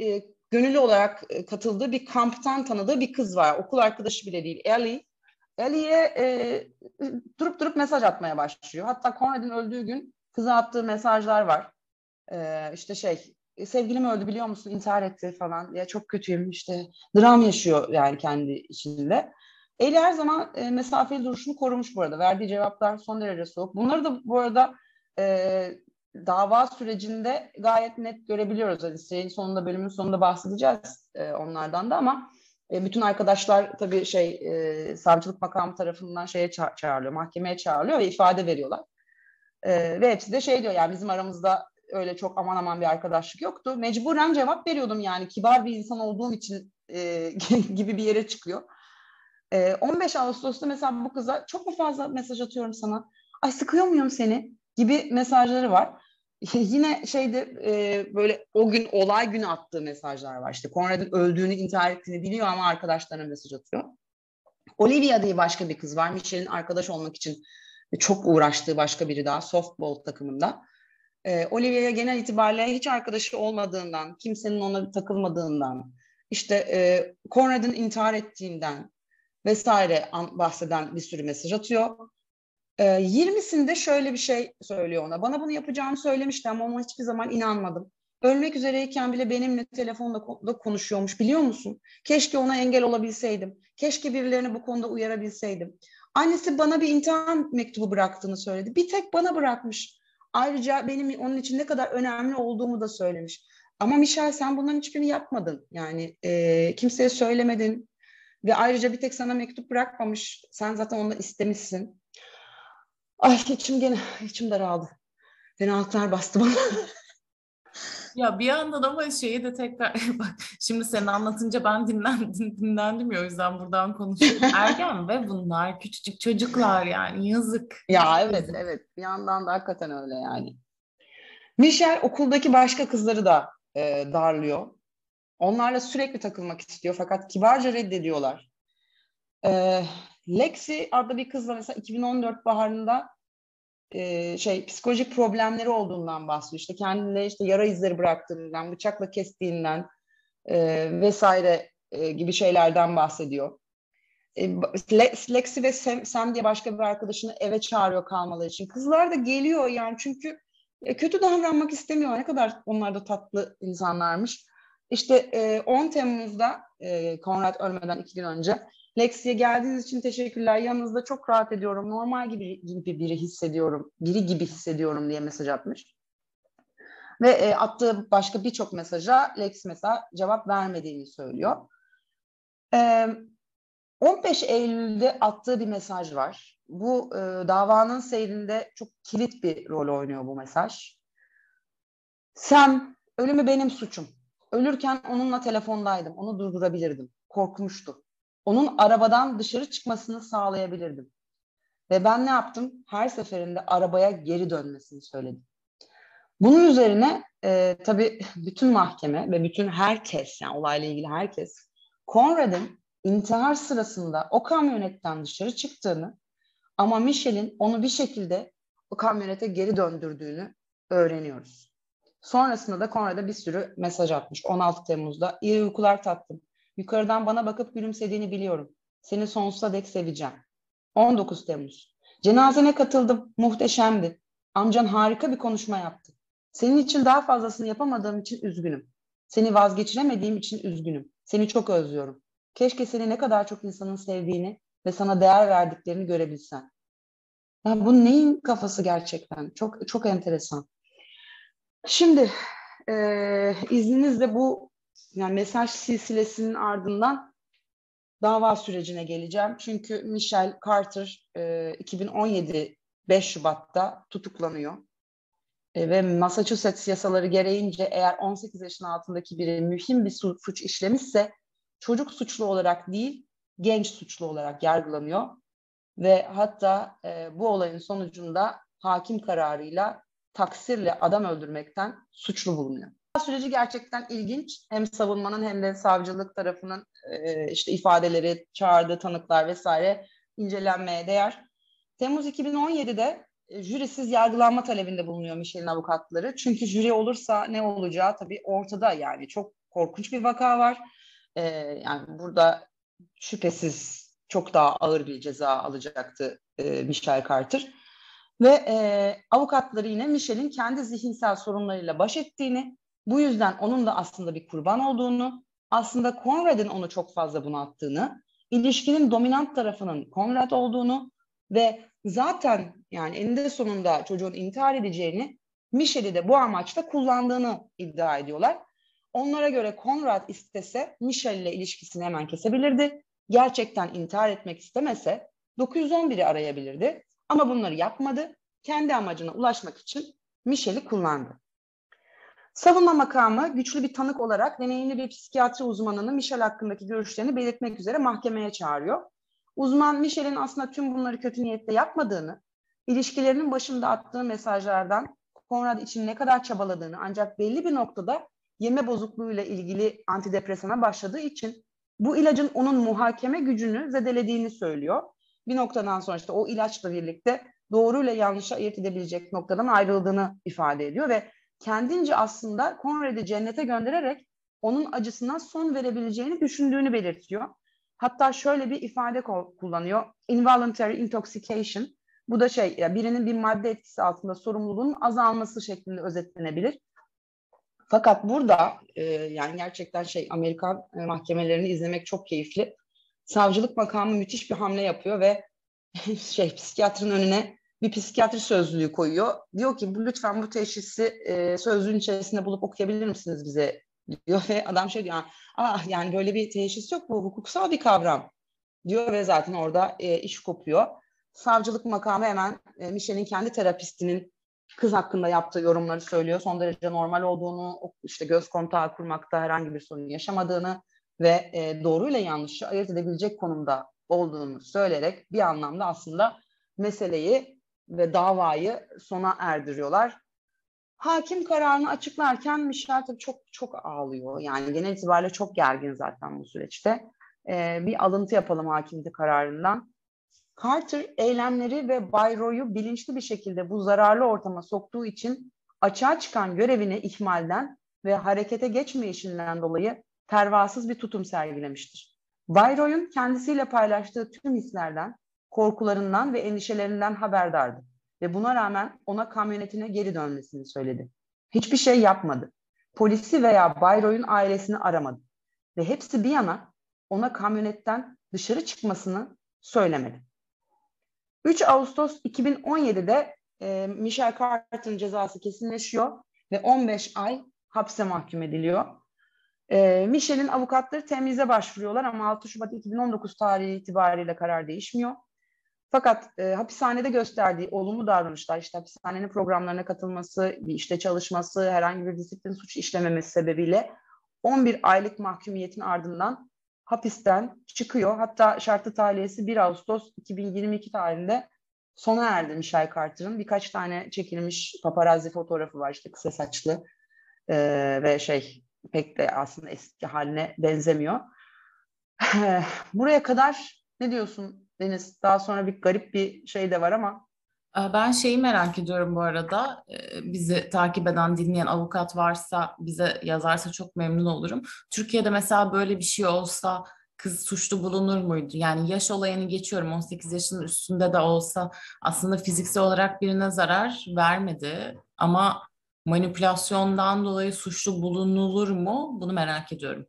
e, gönüllü olarak e, katıldığı bir kamptan tanıdığı bir kız var. Okul arkadaşı bile değil. Ellie. Ellie'ye e, durup durup mesaj atmaya başlıyor. Hatta Conrad'in öldüğü gün kıza attığı mesajlar var. E, işte şey, sevgilim öldü biliyor musun? İntihar etti falan. Ya çok kötüyüm işte. Dram yaşıyor yani kendi içinde. Ellie her zaman e, mesafeli duruşunu korumuş bu arada. Verdiği cevaplar son derece soğuk. Bunları da bu arada e, dava sürecinde gayet net görebiliyoruz. Hadi serinin sonunda, bölümün sonunda bahsedeceğiz e, onlardan da ama e, bütün arkadaşlar tabii şey e, savcılık makamı tarafından şeye ça- çağrılıyor, mahkemeye çağrılıyor ve ifade veriyorlar. E, ve hepsi de şey diyor yani bizim aramızda öyle çok aman aman bir arkadaşlık yoktu. Mecburen cevap veriyordum yani kibar bir insan olduğum için e, gibi bir yere çıkıyor. E, on beş Ağustos'ta mesela bu kıza çok mu fazla mesaj atıyorum sana? Ay sıkıyor muyum seni? Gibi mesajları var. Yine şeyde e, böyle o gün olay günü attığı mesajlar var. İşte Conrad'ın öldüğünü, intihar ettiğini biliyor ama arkadaşlarına mesaj atıyor. Olivia diye başka bir kız var. Michelle'in arkadaş olmak için çok uğraştığı başka biri daha softball takımında. E, Olivia'ya genel itibariyle hiç arkadaşı olmadığından, kimsenin ona takılmadığından, işte e, Conrad'ın intihar ettiğinden vesaire bahseden bir sürü mesaj atıyor. E, yirmisinde şöyle bir şey söylüyor ona. Bana bunu yapacağını söylemişti ama ona hiçbir zaman inanmadım. Ölmek üzereyken bile benimle telefonda konuşuyormuş biliyor musun? Keşke ona engel olabilseydim. Keşke birilerini bu konuda uyarabilseydim. Annesi bana bir intihar mektubu bıraktığını söyledi. Bir tek bana bırakmış. Ayrıca benim onun için ne kadar önemli olduğumu da söylemiş. Ama Michelle sen bunların hiçbirini yapmadın. Yani e, kimseye söylemedin. Ve ayrıca bir tek sana mektup bırakmamış. Sen zaten onu istemişsin. Ay içim gene, içim daraldı. Fenalıklar bastı bana.
Ya bir yandan ama şeyi de tekrar bak şimdi sen anlatınca ben dinlendim, dinlendim ya o yüzden buradan konuşuyorum. Ergen ve bunlar küçücük çocuklar yani yazık.
Ya evet
Yazık.
evet bir yandan da hakikaten öyle yani. Michelle okuldaki başka kızları da e, darlıyor. Onlarla sürekli takılmak istiyor fakat kibarca reddediyorlar. E, Lexi adlı bir kızla mesela iki bin on dört baharında e, şey psikolojik problemleri olduğundan bahsediyor. İşte kendine işte yara izleri bıraktığından, bıçakla kestiğinden e, vesaire e, gibi şeylerden bahsediyor. E, Lexi ve Sam, Sam diye başka bir arkadaşını eve çağırıyor kalmaları için. Kızlar da geliyor yani çünkü e, kötü davranmak istemiyor. Ne kadar onlar da tatlı insanlarmış. İşte e, on Temmuz'da e, Conrad ölmeden iki gün önce Lexi'ye geldiğiniz için teşekkürler. Yanınızda çok rahat ediyorum. Normal gibi, gibi biri hissediyorum. Biri gibi hissediyorum diye mesaj atmış. Ve e, attığı başka birçok mesaja Lexi mesela cevap vermediğini söylüyor. E, on beş Eylül'de attığı bir mesaj var. Bu e, davanın seyrinde çok kilit bir rol oynuyor bu mesaj. Sam, ölümü benim suçum. Ölürken onunla telefondaydım. Onu durdurabilirdim. Korkmuştu. Onun arabadan dışarı çıkmasını sağlayabilirdim. Ve ben ne yaptım? Her seferinde arabaya geri dönmesini söyledim. Bunun üzerine e, tabii bütün mahkeme ve bütün herkes, yani olayla ilgili herkes, Conrad'ın intihar sırasında o kamyonetten dışarı çıktığını ama Michelle'in onu bir şekilde o kamyonete geri döndürdüğünü öğreniyoruz. Sonrasında da Conrad'a bir sürü mesaj atmış. on altı Temmuz'da iyi uykular tatlım. Yukarıdan bana bakıp gülümsediğini biliyorum. Seni sonsuza dek seveceğim. on dokuz Temmuz. Cenazene katıldım. Muhteşemdi. Amcan harika bir konuşma yaptı. Senin için daha fazlasını yapamadığım için üzgünüm. Seni vazgeçiremediğim için üzgünüm. Seni çok özlüyorum. Keşke seni ne kadar çok insanın sevdiğini ve sana değer verdiklerini görebilsen. Ya bu neyin kafası gerçekten? Çok çok enteresan. Şimdi e, izninizle bu yani mesaj silsilesinin ardından dava sürecine geleceğim. Çünkü Michelle Carter e, iki bin on yedi beş Şubat'ta tutuklanıyor. E, ve Massachusetts yasaları gereğince eğer on sekiz yaşın altındaki biri mühim bir suç işlemişse çocuk suçlu olarak değil, genç suçlu olarak yargılanıyor. Ve hatta e, bu olayın sonucunda hakim kararıyla taksirle adam öldürmekten suçlu bulunuyor. Süreci gerçekten ilginç. Hem savunmanın hem de savcılık tarafının e, işte ifadeleri, çağırdığı tanıklar vesaire incelenmeye değer. Temmuz iki bin on yedide e, jürisiz yargılanma talebinde bulunuyor Michelle'in avukatları. Çünkü jüri olursa ne olacağı tabii ortada yani çok korkunç bir vaka var. E, yani burada şüphesiz çok daha ağır bir ceza alacaktı e, Michelle Carter. Ve e, avukatları yine Michelle'in kendi zihinsel sorunlarıyla baş ettiğini, bu yüzden onun da aslında bir kurban olduğunu, aslında Conrad'in onu çok fazla bunalttığını, ilişkinin dominant tarafının Conrad olduğunu ve zaten yani eninde sonunda çocuğun intihar edeceğini Michelle'i de bu amaçla kullandığını iddia ediyorlar. Onlara göre Conrad istese Michelle ile ilişkisini hemen kesebilirdi. Gerçekten intihar etmek istemese dokuz yüz on biri arayabilirdi. Ama bunları yapmadı. Kendi amacına ulaşmak için Michelle'i kullandı. Savunma makamı güçlü bir tanık olarak deneyimli bir psikiyatri uzmanını Michelle hakkındaki görüşlerini belirtmek üzere mahkemeye çağırıyor. Uzman Michelle'in aslında tüm bunları kötü niyetle yapmadığını, ilişkilerinin başında attığı mesajlardan Conrad için ne kadar çabaladığını, ancak belli bir noktada yeme bozukluğuyla ilgili antidepresana başladığı için bu ilacın onun muhakeme gücünü zedelediğini söylüyor. Bir noktadan sonra işte o ilaçla birlikte doğruyla yanlışı ayırt edebilecek noktadan ayrıldığını ifade ediyor ve kendince aslında Conrad'ı cennete göndererek onun acısına son verebileceğini düşündüğünü belirtiyor. Hatta şöyle bir ifade kullanıyor. Involuntary intoxication. Bu da şey, birinin bir madde etkisi altında sorumluluğun azalması şeklinde özetlenebilir. Fakat burada e, yani gerçekten şey Amerikan e, mahkemelerini izlemek çok keyifli. Savcılık makamı müthiş bir hamle yapıyor ve şey psikiyatrın önüne bir psikiyatri sözlüğü koyuyor. Diyor ki bu lütfen bu teşhisi e, sözlüğün içerisinde bulup okuyabilir misiniz bize diyor ve adam şey diyor. Ah yani böyle bir teşhis yok, bu hukuksal bir kavram diyor ve zaten orada e, iş kopuyor. Savcılık makamı hemen e, Michelle'in kendi terapistinin kız hakkında yaptığı yorumları söylüyor. Son derece normal olduğunu, işte göz kontağı kurmakta herhangi bir sorun yaşamadığını ve e, doğruyla yanlışı ayırt edebilecek konumda olduğunu söyleyerek bir anlamda aslında meseleyi ve davayı sona erdiriyorlar. Hakim kararını açıklarken Michelle tabii çok çok ağlıyor. Yani genel itibariyle çok gergin zaten bu süreçte. Ee, bir alıntı yapalım hakimlik kararından. Carter eylemleri ve Bay Roy'u bilinçli bir şekilde bu zararlı ortama soktuğu için açığa çıkan görevini ihmalden ve harekete geçmeyişinden dolayı pervasız bir tutum sergilemiştir. Bay Roy'un kendisiyle paylaştığı tüm hislerden, korkularından ve endişelerinden haberdardı ve buna rağmen ona kamyonetine geri dönmesini söyledi. Hiçbir şey yapmadı. Polisi veya Bay Roy'un ailesini aramadı ve hepsi bir yana ona kamyonetten dışarı çıkmasını söylemedi. üç Ağustos iki bin on yedide e, Michelle Carter'ın cezası kesinleşiyor ve on beş ay hapse mahkum ediliyor. E, Michelle'in avukatları temyize başvuruyorlar ama altı Şubat iki bin on dokuz tarihi itibariyle karar değişmiyor. Fakat e, hapishanede gösterdiği olumlu davranışlar, işte hapishanenin programlarına katılması, bir işte çalışması, herhangi bir disiplin suçu işlememesi sebebiyle on bir aylık mahkumiyetin ardından hapisten çıkıyor. Hatta şartlı tahliyesi bir Ağustos iki bin yirmi iki tarihinde sona erdi Michelle Carter'ın. Birkaç tane çekilmiş paparazzi fotoğrafı var, işte kısa saçlı e, ve şey pek de aslında eski haline benzemiyor. Buraya kadar ne diyorsun Deniz? Daha sonra bir garip bir şey de var ama.
Ben şeyi merak ediyorum bu arada. Ee, Bizi takip eden, dinleyen avukat varsa bize yazarsa çok memnun olurum. Türkiye'de mesela böyle bir şey olsa kız suçlu bulunur muydu? Yani yaş olayını geçiyorum. on sekiz yaşının üstünde de olsa aslında fiziksel olarak birine zarar vermedi. Ama manipülasyondan dolayı suçlu bulunulur mu? Bunu merak ediyorum.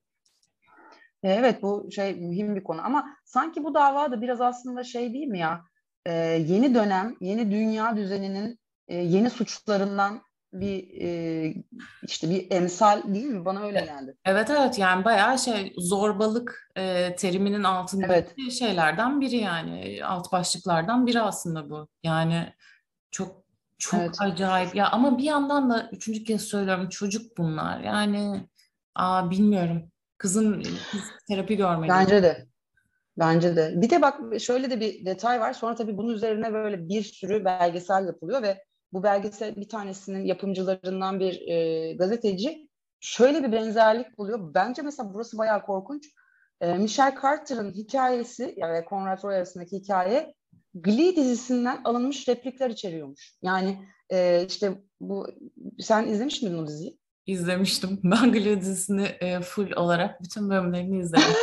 Evet, bu şey mühim bir konu ama sanki bu dava da biraz aslında şey değil mi ya? Ee, yeni dönem, yeni dünya düzeninin e, yeni suçlarından bir e, işte bir emsal değil mi? Bana öyle
E-
geldi.
Evet evet, yani bayağı şey zorbalık e, teriminin
Evet,
altındaki şeylerden biri, yani alt başlıklardan biri aslında bu. Yani çok çok
evet.
acayip ya, ama bir yandan da üçüncü kez söylüyorum, çocuk bunlar yani. Aa, bilmiyorum, kızın kız terapi görmeli.
Bence de. Bence de. Bir de bak şöyle de bir detay var. Sonra tabii bunun üzerine böyle bir sürü belgesel yapılıyor ve bu belgesel bir tanesinin yapımcılarından bir e, gazeteci şöyle bir benzerlik buluyor. Bence mesela burası bayağı korkunç. E, Michelle Carter'ın hikayesi yani ve Conrad Roy arasındaki hikaye Glee dizisinden alınmış replikler içeriyormuş. Yani e, işte bu sen izlemiş miydin o diziyi?
İzlemiştim. Ben Glee dizisini e, full olarak bütün bölümlerini izledim.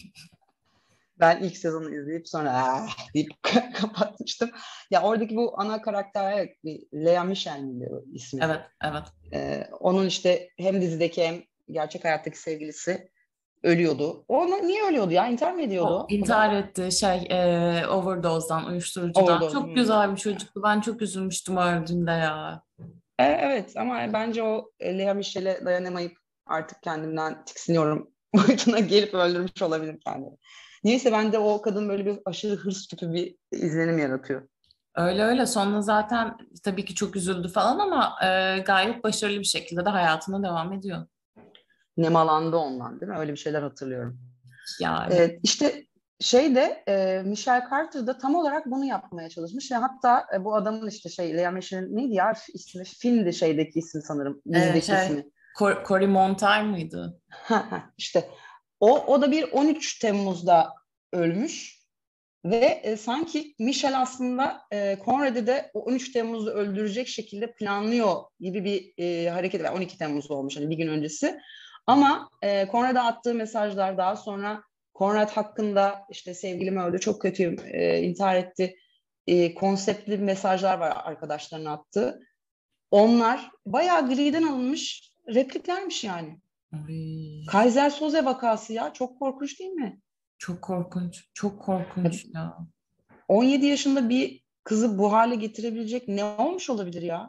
Ben ilk sezonu izleyip sonra ah deyip kapatmıştım. Ya oradaki bu ana karakter Lea Michele miydi o ismi?
Evet, evet.
Ee, onun işte hem dizideki hem gerçek hayattaki sevgilisi ölüyordu. O niye ölüyordu ya? İntihar mı
O
ediyordu o da?
intihar etti şey e, overdose'dan, uyuşturucudan.
Overdose.
Çok
Hmm.
güzel bir çocuktu. Ben çok üzülmüştüm öldüğünde ya.
E, evet ama bence o e, Lea Michele'e dayanamayıp artık kendimden tiksiniyorum boyutuna gelip öldürmüş olabilir kendini. Neyse bende o kadın böyle bir aşırı hırs tipi bir izlenim yaratıyor.
Öyle öyle. Sonra zaten tabii ki çok üzüldü falan ama e, gayet başarılı bir şekilde de hayatına devam ediyor.
Nemalandı ondan değil mi? Öyle bir şeyler hatırlıyorum.
Ya evet.
E, işte şey de e, Michelle Carter da tam olarak bunu yapmaya çalışmış ve hatta e, bu adamın işte şey Lea Michele'nin neydi ya ismi? Filmdi şeydeki ismi sanırım.
E,
Dizideki
şey
ismi.
Cor- Cory Monteith mıydı?
İşte o, o da bir on üç Temmuz'da ölmüş. Ve e, sanki Michel aslında e, Conrad'ı da o on üç Temmuz'da öldürecek şekilde planlıyor gibi bir e, hareket var. on iki Temmuz olmuş hani bir gün öncesi. Ama e, Conrad'a attığı mesajlar daha sonra Conrad hakkında işte sevgilim öldü, çok kötüyüm, e, intihar etti e, konseptli mesajlar var arkadaşlarına attığı. Onlar bayağı griden alınmış repliklermiş yani.
Ay,
Kaiser Soze vakası ya, çok korkunç değil mi?
çok korkunç. Çok korkunç ya.
on yedi yaşında bir kızı bu hale getirebilecek ne olmuş olabilir ya?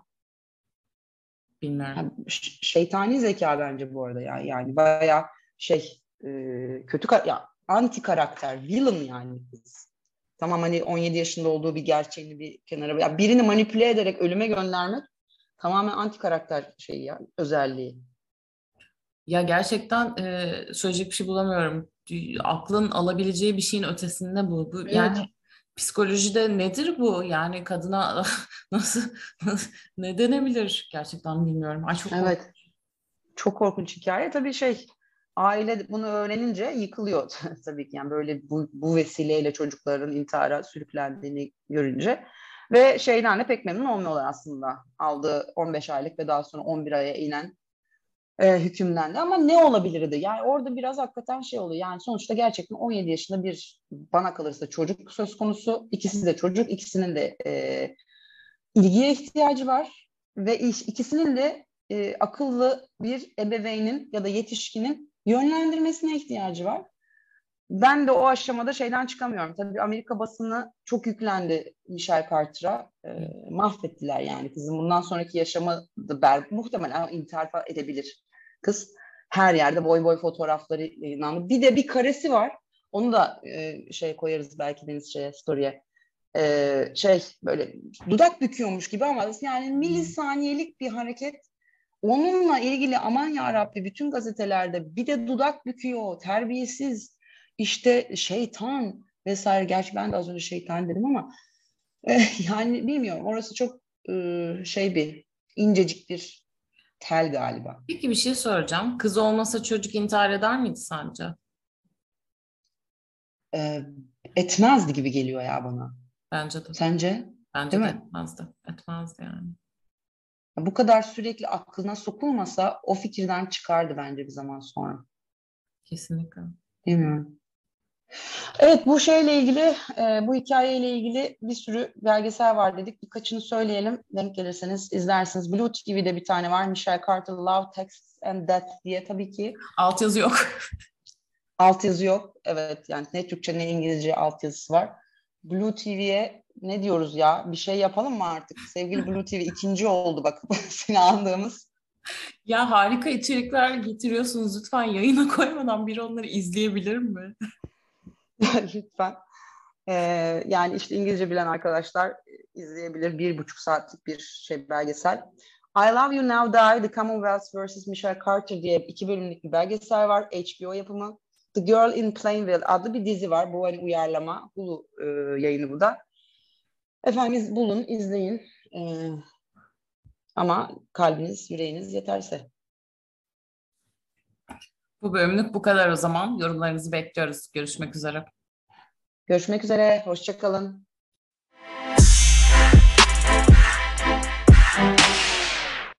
Bilmiyorum.
Yani ş- şeytani zeka bence bu arada ya. Yani bayağı şey e, kötü ka- ya anti karakter, villain yani kız. Tamam hani on yedi yaşında olduğu bir gerçeğini bir kenara ya birini manipüle ederek ölüme göndermek tamamen anti karakter şeyi ya özelliği.
Ya gerçekten e, söyleyecek bir şey bulamıyorum. Aklın alabileceği bir şeyin ötesinde bu. Bu
Evet.
yani psikolojide nedir bu? Yani kadına nasıl, nasıl ne denebilir? Gerçekten bilmiyorum. Ay çok korkunç.
Evet. Çok korkunç hikaye. Tabii şey aile bunu öğrenince yıkılıyor tabii ki. Yani böyle bu, bu vesileyle çocukların intihara sürüklendiğini görünce ve şeyden de pek memnun olmuyorlar aslında. Aldığı on beş aylık ve daha sonra on bir aya inen e, hükümden de. Ama ne olabilirdi? Yani orada biraz hakikaten şey oluyor. Yani sonuçta gerçekten on yedi yaşında bir bana kalırsa çocuk söz konusu. İkisi de çocuk. İkisinin de e, ilgiye ihtiyacı var ve iş, ikisinin de e, akıllı bir ebeveynin ya da yetişkinin yönlendirmesine ihtiyacı var. Ben de o aşamada şeyden çıkamıyorum. Tabii Amerika basını çok yüklendi Michelle Carter'a. E, mahvettiler yani kızım. Bundan sonraki yaşamı da ber muhtemelen intihar falan edebilir kız. Her yerde boy boy fotoğrafları yayınlandı. Bir de bir karesi var. Onu da e, şey koyarız belki Deniz şeye, story'e. Ee, şey böyle dudak büküyormuş gibi ama yani milisaniyelik bir hareket. Onunla ilgili aman ya Rabbi bütün gazetelerde bir de dudak büküyor, terbiyesiz, işte şeytan vesaire. Gerçi ben de az önce şeytan dedim ama e, yani bilmiyorum orası çok e, şey bir incecik bir tel galiba.
Peki bir şey soracağım. Kız olmasa çocuk intihar eder miydi sence?
E, etmezdi gibi geliyor ya bana.
Bence de.
Sence? Değil
Bence de
mi?
etmezdi. Etmezdi yani.
Bu kadar sürekli aklına sokulmasa o fikirden çıkardı bence bir zaman sonra.
Kesinlikle.
Bilmiyorum. Evet bu şeyle ilgili, e, bu hikayeyle ilgili bir sürü belgesel var dedik. Birkaçını söyleyelim. Denk gelirseniz izlersiniz. Blue T V'de bir tane var. Michelle Carter, Love, Text and Death diye tabii ki.
Altyazı yok.
Altyazı yok. Evet yani ne Türkçe ne İngilizce altyazısı var. Blue T V'ye ne diyoruz ya? Bir şey yapalım mı artık? Sevgili Blue T V ikinci oldu bak seni andığımız.
Ya harika içerikler getiriyorsunuz. Lütfen yayına koymadan biri onları izleyebilir mi?
Lütfen. Ee, yani işte İngilizce bilen arkadaşlar izleyebilir. Bir buçuk saatlik bir şey belgesel. I Love You Now Die, The Commonwealth versus. Michelle Carter diye iki bölümlük bir belgesel var. H B O yapımı. The Girl in Plainville adlı bir dizi var. Bu hani uyarlama. Hulu e, yayını bu da. Efendim bulun, izleyin. Ee, ama kalbiniz, yüreğiniz yeterse.
Bu bölümlük bu kadar o zaman. Yorumlarınızı bekliyoruz. Görüşmek üzere.
Görüşmek üzere. Hoşça kalın.